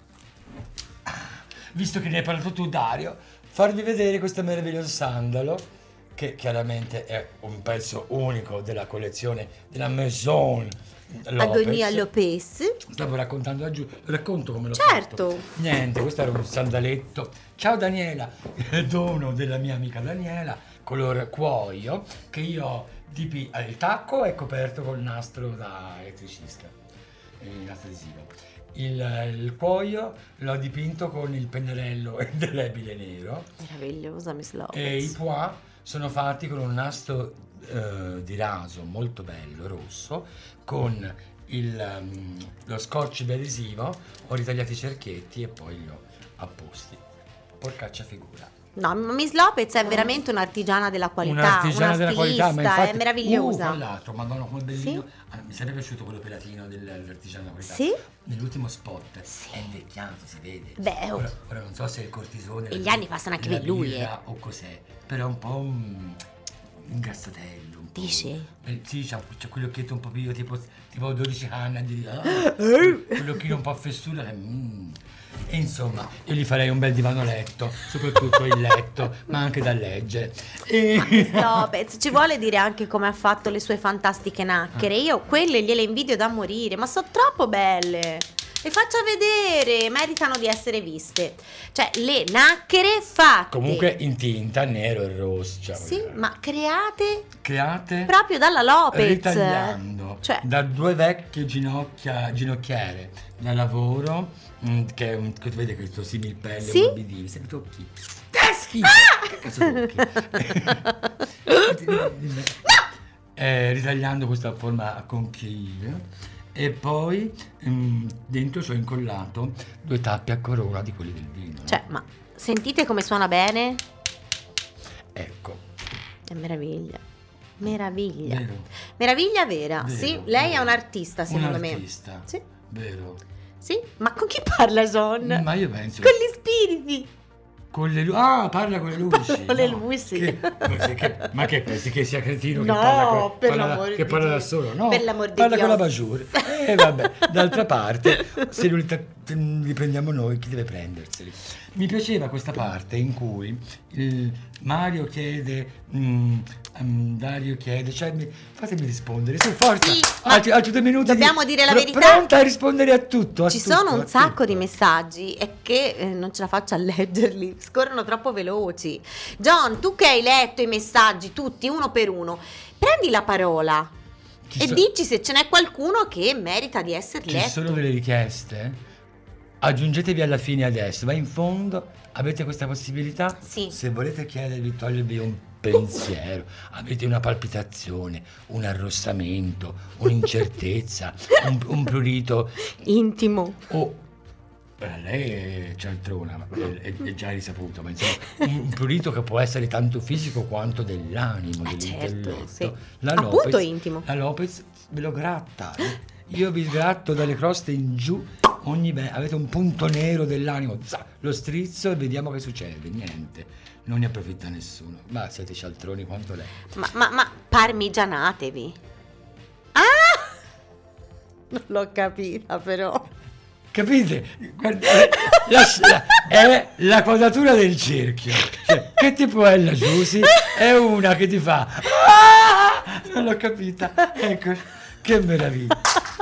[SPEAKER 4] visto che ne hai parlato tu, Dario, farvi vedere questo meraviglioso sandalo, che chiaramente è un pezzo unico della collezione della Maison
[SPEAKER 3] Agonia
[SPEAKER 4] Lopez.
[SPEAKER 3] Lopez.
[SPEAKER 4] Stavo raccontando a Giù, racconto come l'ho
[SPEAKER 3] Certo.
[SPEAKER 4] fatto. Niente, questo era un sandaletto. Ciao Daniela, dono della mia amica Daniela, color cuoio, che io ho dipinto. Il tacco è coperto col nastro da elettricista, il nastro adesivo. Il, il cuoio l'ho dipinto con il pennarello indelebile nero.
[SPEAKER 3] Meravigliosa Miss Lopez.
[SPEAKER 4] E i pois sono fatti con un nastro eh, di raso molto bello, rosso, con il, um, lo scotch adesivo. Ho ritagliato i cerchietti e poi li ho apposti. Porcaccia figura.
[SPEAKER 3] No, ma Miss Lopez è veramente un'artigiana della qualità,
[SPEAKER 4] Un'artigiana
[SPEAKER 3] una
[SPEAKER 4] della qualità, ma
[SPEAKER 3] stilista,
[SPEAKER 4] infatti,
[SPEAKER 3] è meravigliosa.
[SPEAKER 4] Uh, tra l'altro, madonna, come bellino.
[SPEAKER 3] Sì?
[SPEAKER 4] Ah, mi sarebbe piaciuto quello pelatino del- dell'artigiana della qualità.
[SPEAKER 3] Sì?
[SPEAKER 4] Nell'ultimo spot
[SPEAKER 3] Sì.
[SPEAKER 4] è invecchiato, si vede.
[SPEAKER 3] Beh, oh.
[SPEAKER 4] ora, ora non so se è il cortisone
[SPEAKER 3] E
[SPEAKER 4] la
[SPEAKER 3] gli
[SPEAKER 4] bi-
[SPEAKER 3] anni passano anche
[SPEAKER 4] la
[SPEAKER 3] per lui,
[SPEAKER 4] birra o cos'è, però è un po' un, un gassatello. Un po'.
[SPEAKER 3] Dici?
[SPEAKER 4] Eh, sì, c'ha, c'ha quell'occhietto un po' più tipo, tipo dodici anni, di, ah,
[SPEAKER 3] Eh.
[SPEAKER 4] quell'occhino un po' a fessura. che, mm. E insomma, io gli farei un bel divano letto, soprattutto il letto, ma anche da leggere. E...
[SPEAKER 3] Miss Lopez ci vuole dire anche come ha fatto le sue fantastiche nacchere. Io quelle gliele invidio da morire, ma sono troppo belle. Le faccia vedere, meritano di essere viste. Cioè, le nacchere fatte.
[SPEAKER 4] Comunque in tinta, nero e rosso. Cioè,
[SPEAKER 3] Sì, ma create
[SPEAKER 4] create
[SPEAKER 3] proprio dalla Lopez.
[SPEAKER 4] ritagliando
[SPEAKER 3] Cioè,
[SPEAKER 4] da due vecchie ginocchia, ginocchiere da lavoro, mh, che è un, che vede questo similpelle
[SPEAKER 3] Sì?
[SPEAKER 4] morbidino, se li tocchi. Che schifo! Che cazzo tocchi? Eh, ritagliando questa forma a conchiglia. E poi mh, dentro ci ho incollato due tappi a corona di quelli del vino. no?
[SPEAKER 3] cioè, ma sentite come suona bene?
[SPEAKER 4] Ecco,
[SPEAKER 3] È meraviglia. Meraviglia.
[SPEAKER 4] vero?
[SPEAKER 3] Meraviglia vera.
[SPEAKER 4] Vero,
[SPEAKER 3] Sì, lei è
[SPEAKER 4] vero.
[SPEAKER 3] un artista, secondo
[SPEAKER 4] Un
[SPEAKER 3] me.
[SPEAKER 4] artista,
[SPEAKER 3] Sì.
[SPEAKER 4] vero?
[SPEAKER 3] Sì, ma con chi parla John?
[SPEAKER 4] Ma io penso
[SPEAKER 3] Con gli spiriti.
[SPEAKER 4] con le luci. Ah, parla con le luci.
[SPEAKER 3] Con le
[SPEAKER 4] no.
[SPEAKER 3] luci.
[SPEAKER 4] Che- ma, che, che- ma che pensi che sia cretino
[SPEAKER 3] No,
[SPEAKER 4] che parla, con-
[SPEAKER 3] per
[SPEAKER 4] parla,
[SPEAKER 3] l'amor
[SPEAKER 4] che
[SPEAKER 3] di
[SPEAKER 4] parla da
[SPEAKER 3] Dio.
[SPEAKER 4] solo? No,
[SPEAKER 3] Per l'amor di
[SPEAKER 4] parla
[SPEAKER 3] Dio.
[SPEAKER 4] con la Bajur. E vabbè, d'altra parte, se li, li prendiamo noi, chi deve prenderseli? Mi piaceva questa parte in cui il Mario chiede, mm, mm, Dario chiede, cioè mi- fatemi rispondere, su forza,
[SPEAKER 3] Sì, ma
[SPEAKER 4] altri, altri due minuti.
[SPEAKER 3] dobbiamo
[SPEAKER 4] di-
[SPEAKER 3] dire la
[SPEAKER 4] pro-
[SPEAKER 3] verità?
[SPEAKER 4] Pronta a rispondere a tutto. A
[SPEAKER 3] Ci
[SPEAKER 4] tutto,
[SPEAKER 3] sono un
[SPEAKER 4] a
[SPEAKER 3] sacco
[SPEAKER 4] tutto.
[SPEAKER 3] di messaggi e che eh, non ce la faccio a leggerli, scorrono troppo veloci. John, tu che hai letto i messaggi tutti uno per uno, prendi la parola
[SPEAKER 4] Ci
[SPEAKER 3] e
[SPEAKER 4] so-
[SPEAKER 3] dici se ce n'è qualcuno che merita di essere
[SPEAKER 4] Ci
[SPEAKER 3] letto.
[SPEAKER 4] sono delle richieste? Aggiungetevi alla fine adesso, ma in fondo avete questa possibilità?
[SPEAKER 3] Sì.
[SPEAKER 4] Se volete chiedervi, togliervi un pensiero, avete una palpitazione, un arrossamento, un'incertezza, un, un prurito
[SPEAKER 3] Intimo.
[SPEAKER 4] o... eh, lei è cialtrona, ma è, è- è già risaputo, ma insomma, un, un prurito che può essere tanto fisico quanto dell'animo,
[SPEAKER 3] Eh,
[SPEAKER 4] dell'intelletto.
[SPEAKER 3] certo, sì.
[SPEAKER 4] La
[SPEAKER 3] Appunto
[SPEAKER 4] Lopez,
[SPEAKER 3] intimo.
[SPEAKER 4] La Lopez ve lo gratta. eh. Io vi sgratto dalle croste in giù, ogni be- avete un punto nero dell'animo, za, lo strizzo e vediamo che succede. Niente, non ne approfitta nessuno. Ma siete cialtroni quanto lei.
[SPEAKER 3] Ma, ma, ma parmigianatevi. Ah! Non l'ho capita però.
[SPEAKER 4] Capite? Guarda, eh, la, la- è la quadratura del cerchio. Cioè, che tipo è la Giusy? È una che ti fa "Ah!" Non l'ho capita. Ecco, che meraviglia.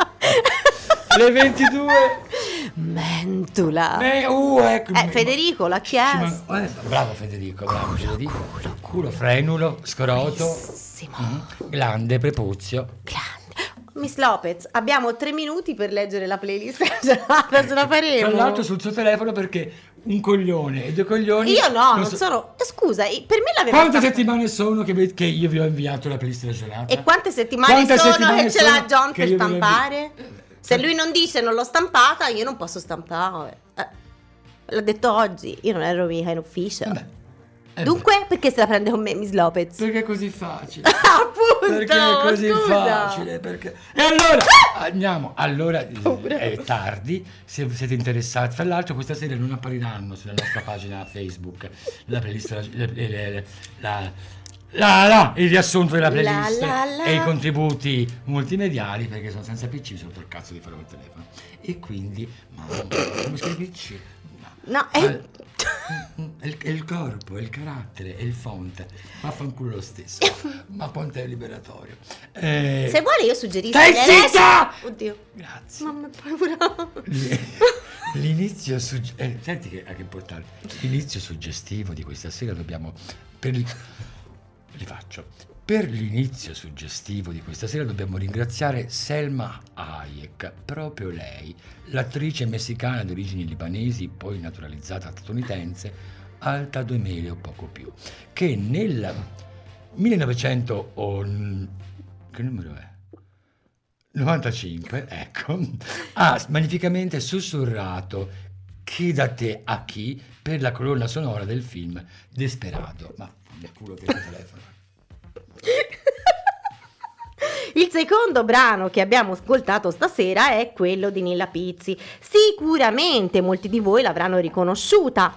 [SPEAKER 4] Le ventidue.
[SPEAKER 3] Mentula.
[SPEAKER 4] Me- uh, ecco,
[SPEAKER 3] Eh,
[SPEAKER 4] me-
[SPEAKER 3] Federico l'ha
[SPEAKER 4] ci man-
[SPEAKER 3] chiesto.
[SPEAKER 4] eh, bravo Federico, bravo Federico. Culo, frenulo, scroto,
[SPEAKER 3] Bravissimo.
[SPEAKER 4] mm, glande, prepuzio.
[SPEAKER 3] Grande. Miss Lopez, abbiamo tre minuti per leggere la playlist gelata, ce la faremo.
[SPEAKER 4] Tra l'altro sul suo telefono perché un coglione e due coglioni.
[SPEAKER 3] Io no, non
[SPEAKER 4] so-
[SPEAKER 3] sono. eh, Scusa, i- per me l'aveva
[SPEAKER 4] Quante
[SPEAKER 3] stamp-
[SPEAKER 4] settimane sono che, ve- che io vi ho inviato la playlist della gelata?
[SPEAKER 3] E quante settimane
[SPEAKER 4] Quante
[SPEAKER 3] sono
[SPEAKER 4] settimane
[SPEAKER 3] che ce l'ha
[SPEAKER 4] sono
[SPEAKER 3] John
[SPEAKER 4] che
[SPEAKER 3] per
[SPEAKER 4] io ve l'ho
[SPEAKER 3] stampare? Se lui non dice non l'ho stampata, io non posso stampare. Eh, l'ha detto oggi, io non ero mica in ufficio.
[SPEAKER 4] Vabbè, eh
[SPEAKER 3] Dunque, perché se la prende con me, Miss Lopez?
[SPEAKER 4] beh, perché è così facile?
[SPEAKER 3] Appunto,
[SPEAKER 4] Perché è così
[SPEAKER 3] scusa.
[SPEAKER 4] facile? Perché... E allora andiamo. Allora eh,
[SPEAKER 3] Paura.
[SPEAKER 4] è tardi. Se siete interessati, tra l'altro, questa sera non appariranno sulla nostra pagina Facebook la playlist, la, la, la, la, la- la- il riassunto della playlist
[SPEAKER 3] La, la, la.
[SPEAKER 4] e i contributi multimediali perché sono senza P C, mi sono rotto il cazzo di fare col telefono. E quindi, ma come scrivi P C?
[SPEAKER 3] No,
[SPEAKER 4] Ma-
[SPEAKER 3] eh.
[SPEAKER 4] È il, è il corpo, è il carattere, è il font. Vaffanculo lo stesso. Ma quanto è liberatorio. Eh,
[SPEAKER 3] Se vuole io suggerisco
[SPEAKER 4] Stai
[SPEAKER 3] che adesso-
[SPEAKER 4] zitta!
[SPEAKER 3] Oddio.
[SPEAKER 4] Grazie.
[SPEAKER 3] Mamma paura.
[SPEAKER 4] L- L'inizio sugge- eh, senti che, che importante. L'inizio suggestivo di questa sera dobbiamo per il- li faccio. Per l'inizio suggestivo di questa sera dobbiamo ringraziare Selma Hayek, proprio lei, l'attrice messicana di origini libanesi, poi naturalizzata statunitense, alta due metri o poco più, che nel millenovecento o- che numero è? novantacinque, ecco, ha magnificamente sussurrato chi da te a chi per la colonna sonora del film Desperado. Ma il culo del telefono.
[SPEAKER 3] Il secondo brano che abbiamo ascoltato stasera è quello di Nilla Pizzi. Sicuramente molti di voi l'avranno riconosciuta.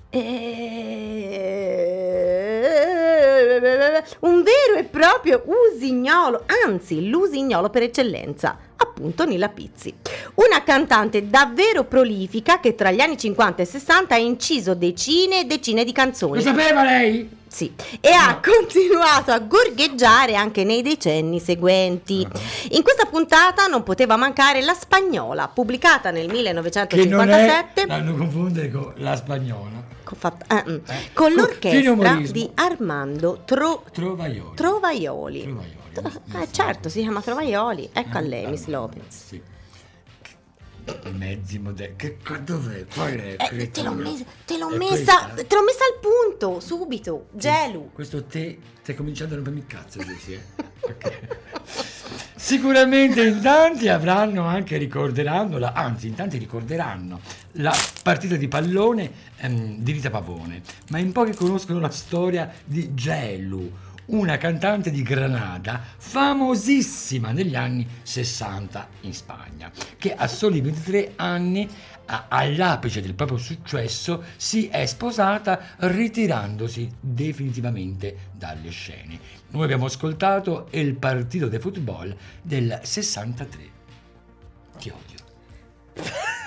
[SPEAKER 3] Eh, Un vero e proprio usignolo, anzi l'usignolo per eccellenza, appunto Nilla Pizzi. Una cantante davvero prolifica che tra gli anni cinquanta e sessanta ha inciso decine e decine di canzoni.
[SPEAKER 4] Lo sapeva lei?
[SPEAKER 3] Sì, e ha continuato a gorgheggiare anche nei decenni seguenti. In questa puntata non poteva mancare La Spagnola, pubblicata nel
[SPEAKER 4] Che non
[SPEAKER 3] millenovecentocinquantasette
[SPEAKER 4] è, non confondere con la spagnola.
[SPEAKER 3] con, fat- eh, mm,
[SPEAKER 4] Eh,
[SPEAKER 3] con
[SPEAKER 4] con
[SPEAKER 3] l'orchestra
[SPEAKER 4] fine umorismo.
[SPEAKER 3] di Armando Tro-
[SPEAKER 4] Trovaioli.
[SPEAKER 3] Trovaioli.
[SPEAKER 4] Trovaioli.
[SPEAKER 3] Eh, certo, si chiama Trovaioli. Ecco a lei, Miss Lopez.
[SPEAKER 4] Sì. Che mezzi moderni. Che co- dov'è? Qual è?
[SPEAKER 3] Eh, te l'ho, mes- te l'ho
[SPEAKER 4] È
[SPEAKER 3] messa,
[SPEAKER 4] questa?
[SPEAKER 3] te l'ho messa al punto, subito, gelu.
[SPEAKER 4] Questo te stai cominciando a rompermi il cazzo, Giusy, eh? Ok. Sicuramente in tanti avranno anche ricorderanno, la, anzi in tanti ricorderanno la partita di pallone ehm, di Rita Pavone, ma in pochi conoscono la storia di Gelu, una cantante di Granada famosissima negli anni sessanta in Spagna, che a soli ventitré anni, a- all'apice del proprio successo, si è sposata ritirandosi definitivamente dalle scene. Noi abbiamo ascoltato El Partido de Football del sessantatré. Ti odio.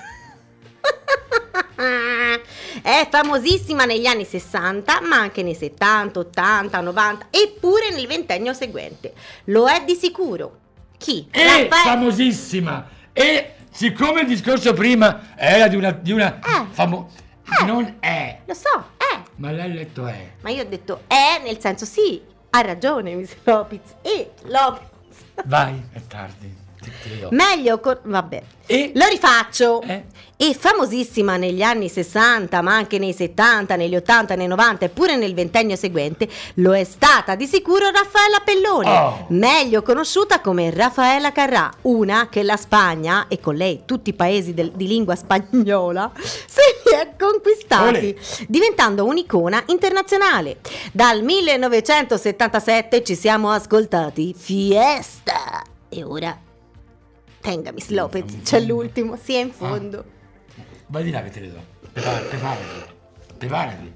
[SPEAKER 3] È famosissima negli anni sessanta, ma anche nei settanta, ottanta, novanta e pure nel ventennio seguente. Lo è di sicuro. Chi?
[SPEAKER 4] È
[SPEAKER 3] Raffaele-
[SPEAKER 4] famosissima! E siccome il discorso prima era di una... Di una
[SPEAKER 3] Eh.
[SPEAKER 4] famo-
[SPEAKER 3] Eh.
[SPEAKER 4] Non è,
[SPEAKER 3] Lo so, è.
[SPEAKER 4] ma lei ha letto è.
[SPEAKER 3] Ma io ho detto è nel senso sì, ha ragione Miss Lopez. E Lopez.
[SPEAKER 4] Vai, è tardi. Ti, te le do.
[SPEAKER 3] Meglio con... vabbè.
[SPEAKER 4] E?
[SPEAKER 3] Lo rifaccio.
[SPEAKER 4] Eh?
[SPEAKER 3] E famosissima negli anni sessanta, ma anche nei settanta, negli ottanta, nei novanta e pure nel ventennio seguente, lo è stata di sicuro Raffaella Pelloni,
[SPEAKER 4] Oh.
[SPEAKER 3] meglio conosciuta come Raffaella Carrà, una che la Spagna, e con lei tutti i paesi del- di lingua spagnola, se li è conquistati,
[SPEAKER 4] Olè.
[SPEAKER 3] diventando un'icona internazionale. Dal millenovecentosettantasette ci siamo ascoltati Fiesta. E ora, tenga Miss Lopez, c'è l'ultimo, sia in fondo.
[SPEAKER 4] Vai di là che te le do. Prepar- preparati. Preparati.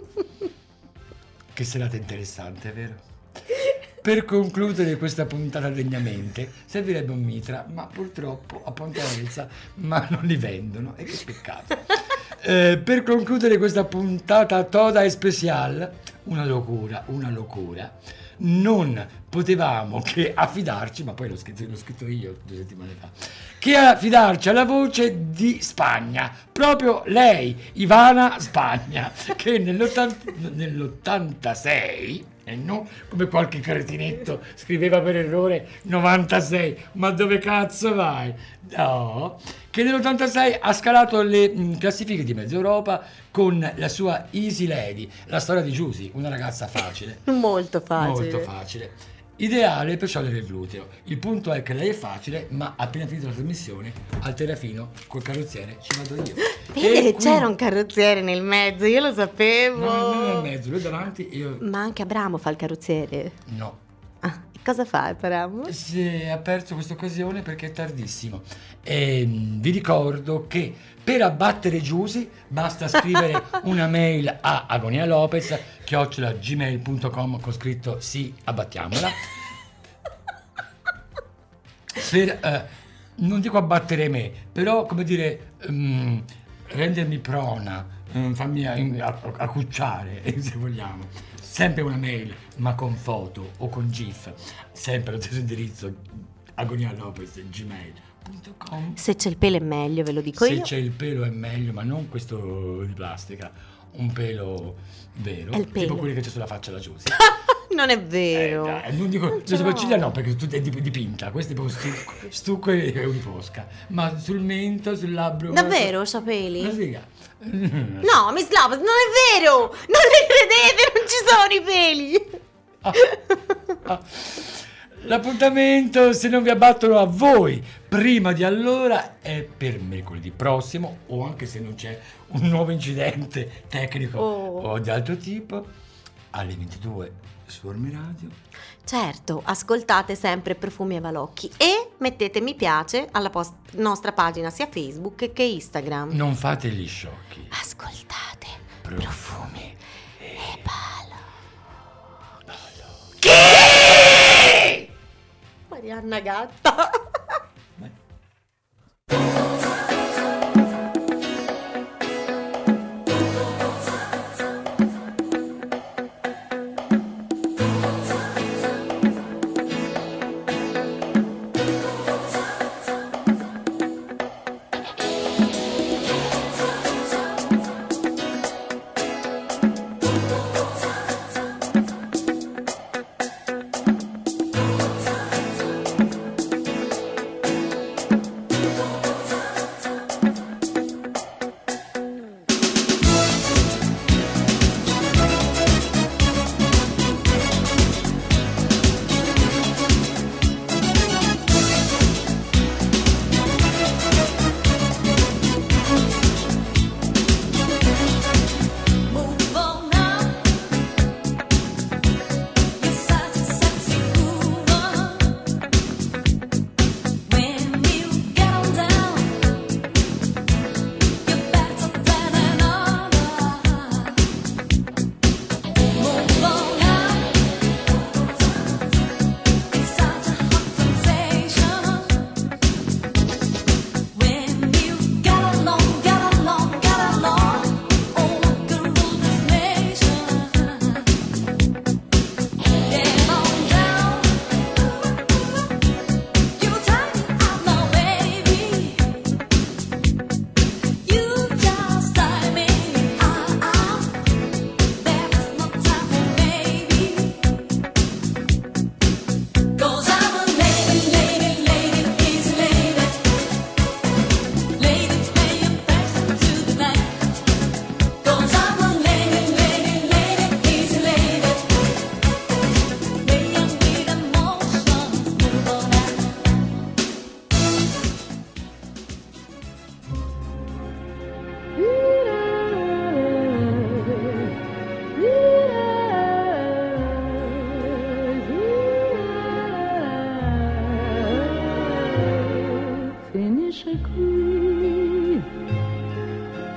[SPEAKER 4] Che serata interessante, vero? Per concludere questa puntata degnamente servirebbe un mitra, ma purtroppo a Ponte Elsa ma non li vendono e che peccato. Eh, per concludere questa puntata toda e special, una locura, una locura, non potevamo che affidarci, ma poi l'ho scritto, l'ho scritto io due settimane fa, che affidarci alla voce di Spagna, proprio lei, Ivana Spagna, che nell'ottanta nell'ottantasei, e non come qualche cretinetto scriveva per errore novantasei, ma dove cazzo vai? No, che nell'ottantasei ha scalato le mh, classifiche di mezza Europa con la sua Easy Lady, la storia di Giusy, una ragazza facile.
[SPEAKER 3] Molto facile.
[SPEAKER 4] Molto facile. Ideale per sciogliere il gluteo. Il punto è che lei è facile, ma appena finito la trasmissione, al Terrafino col carrozziere ci vado io.
[SPEAKER 3] Vede
[SPEAKER 4] E
[SPEAKER 3] che
[SPEAKER 4] qui-
[SPEAKER 3] c'era un carrozziere nel mezzo, io lo sapevo.
[SPEAKER 4] No, non nel mezzo, lui davanti, io
[SPEAKER 3] Ma anche Abramo fa il carrozziere.
[SPEAKER 4] no.
[SPEAKER 3] Ah, e cosa fa Abramo?
[SPEAKER 4] Si è perso questa occasione perché è tardissimo. E mh, vi ricordo che per abbattere Giusy basta scrivere una mail a agonialopez chiocciola gmail punto com con scritto sì, abbattiamola. Per eh, non dico abbattere me, però come dire mm, rendermi prona, mm, farmi a- a- accucciare, se vogliamo. Sempre una mail, ma con foto o con gif, sempre allo stesso indirizzo, agonialopez gmail punto com.
[SPEAKER 3] Se c'è il pelo è meglio, ve lo dico
[SPEAKER 4] Se
[SPEAKER 3] io.
[SPEAKER 4] c'è il pelo è meglio, ma non questo di plastica, un pelo vero,
[SPEAKER 3] È il pelo.
[SPEAKER 4] tipo quelli che c'è sulla faccia la Giusy.
[SPEAKER 3] Non è
[SPEAKER 4] Eh,
[SPEAKER 3] vero.
[SPEAKER 4] dai, non dico,
[SPEAKER 3] Non
[SPEAKER 4] le
[SPEAKER 3] ce l'ho.
[SPEAKER 4] sopracciglia no, perché tu è dip- dipinta, questo è proprio stucco, stucco e uniposca, ma sul mento, sul labbro...
[SPEAKER 3] Davvero, c'ha peli?
[SPEAKER 4] Una sega.
[SPEAKER 3] No, Miss Lopez, non è vero! Non le credete, non ci sono i peli!
[SPEAKER 4] Ah, ah. L'appuntamento, se non vi abbattono a voi prima di allora, è per mercoledì prossimo, o anche se non c'è un nuovo incidente tecnico
[SPEAKER 3] Oh.
[SPEAKER 4] o di altro tipo, alle ventidue su Orme Radio.
[SPEAKER 3] Certo, ascoltate sempre Profumi e Balocchi e mettete mi piace alla post- nostra pagina sia Facebook che Instagram.
[SPEAKER 4] Non fate gli sciocchi.
[SPEAKER 3] Ascoltate
[SPEAKER 4] Profumi.
[SPEAKER 3] e Palo. Marianna Gatta.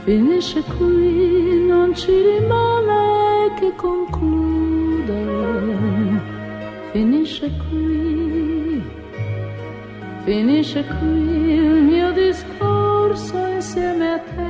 [SPEAKER 6] finisce qui, non ci rimane che concludere, finisce qui, finisce qui il mio discorso insieme a te.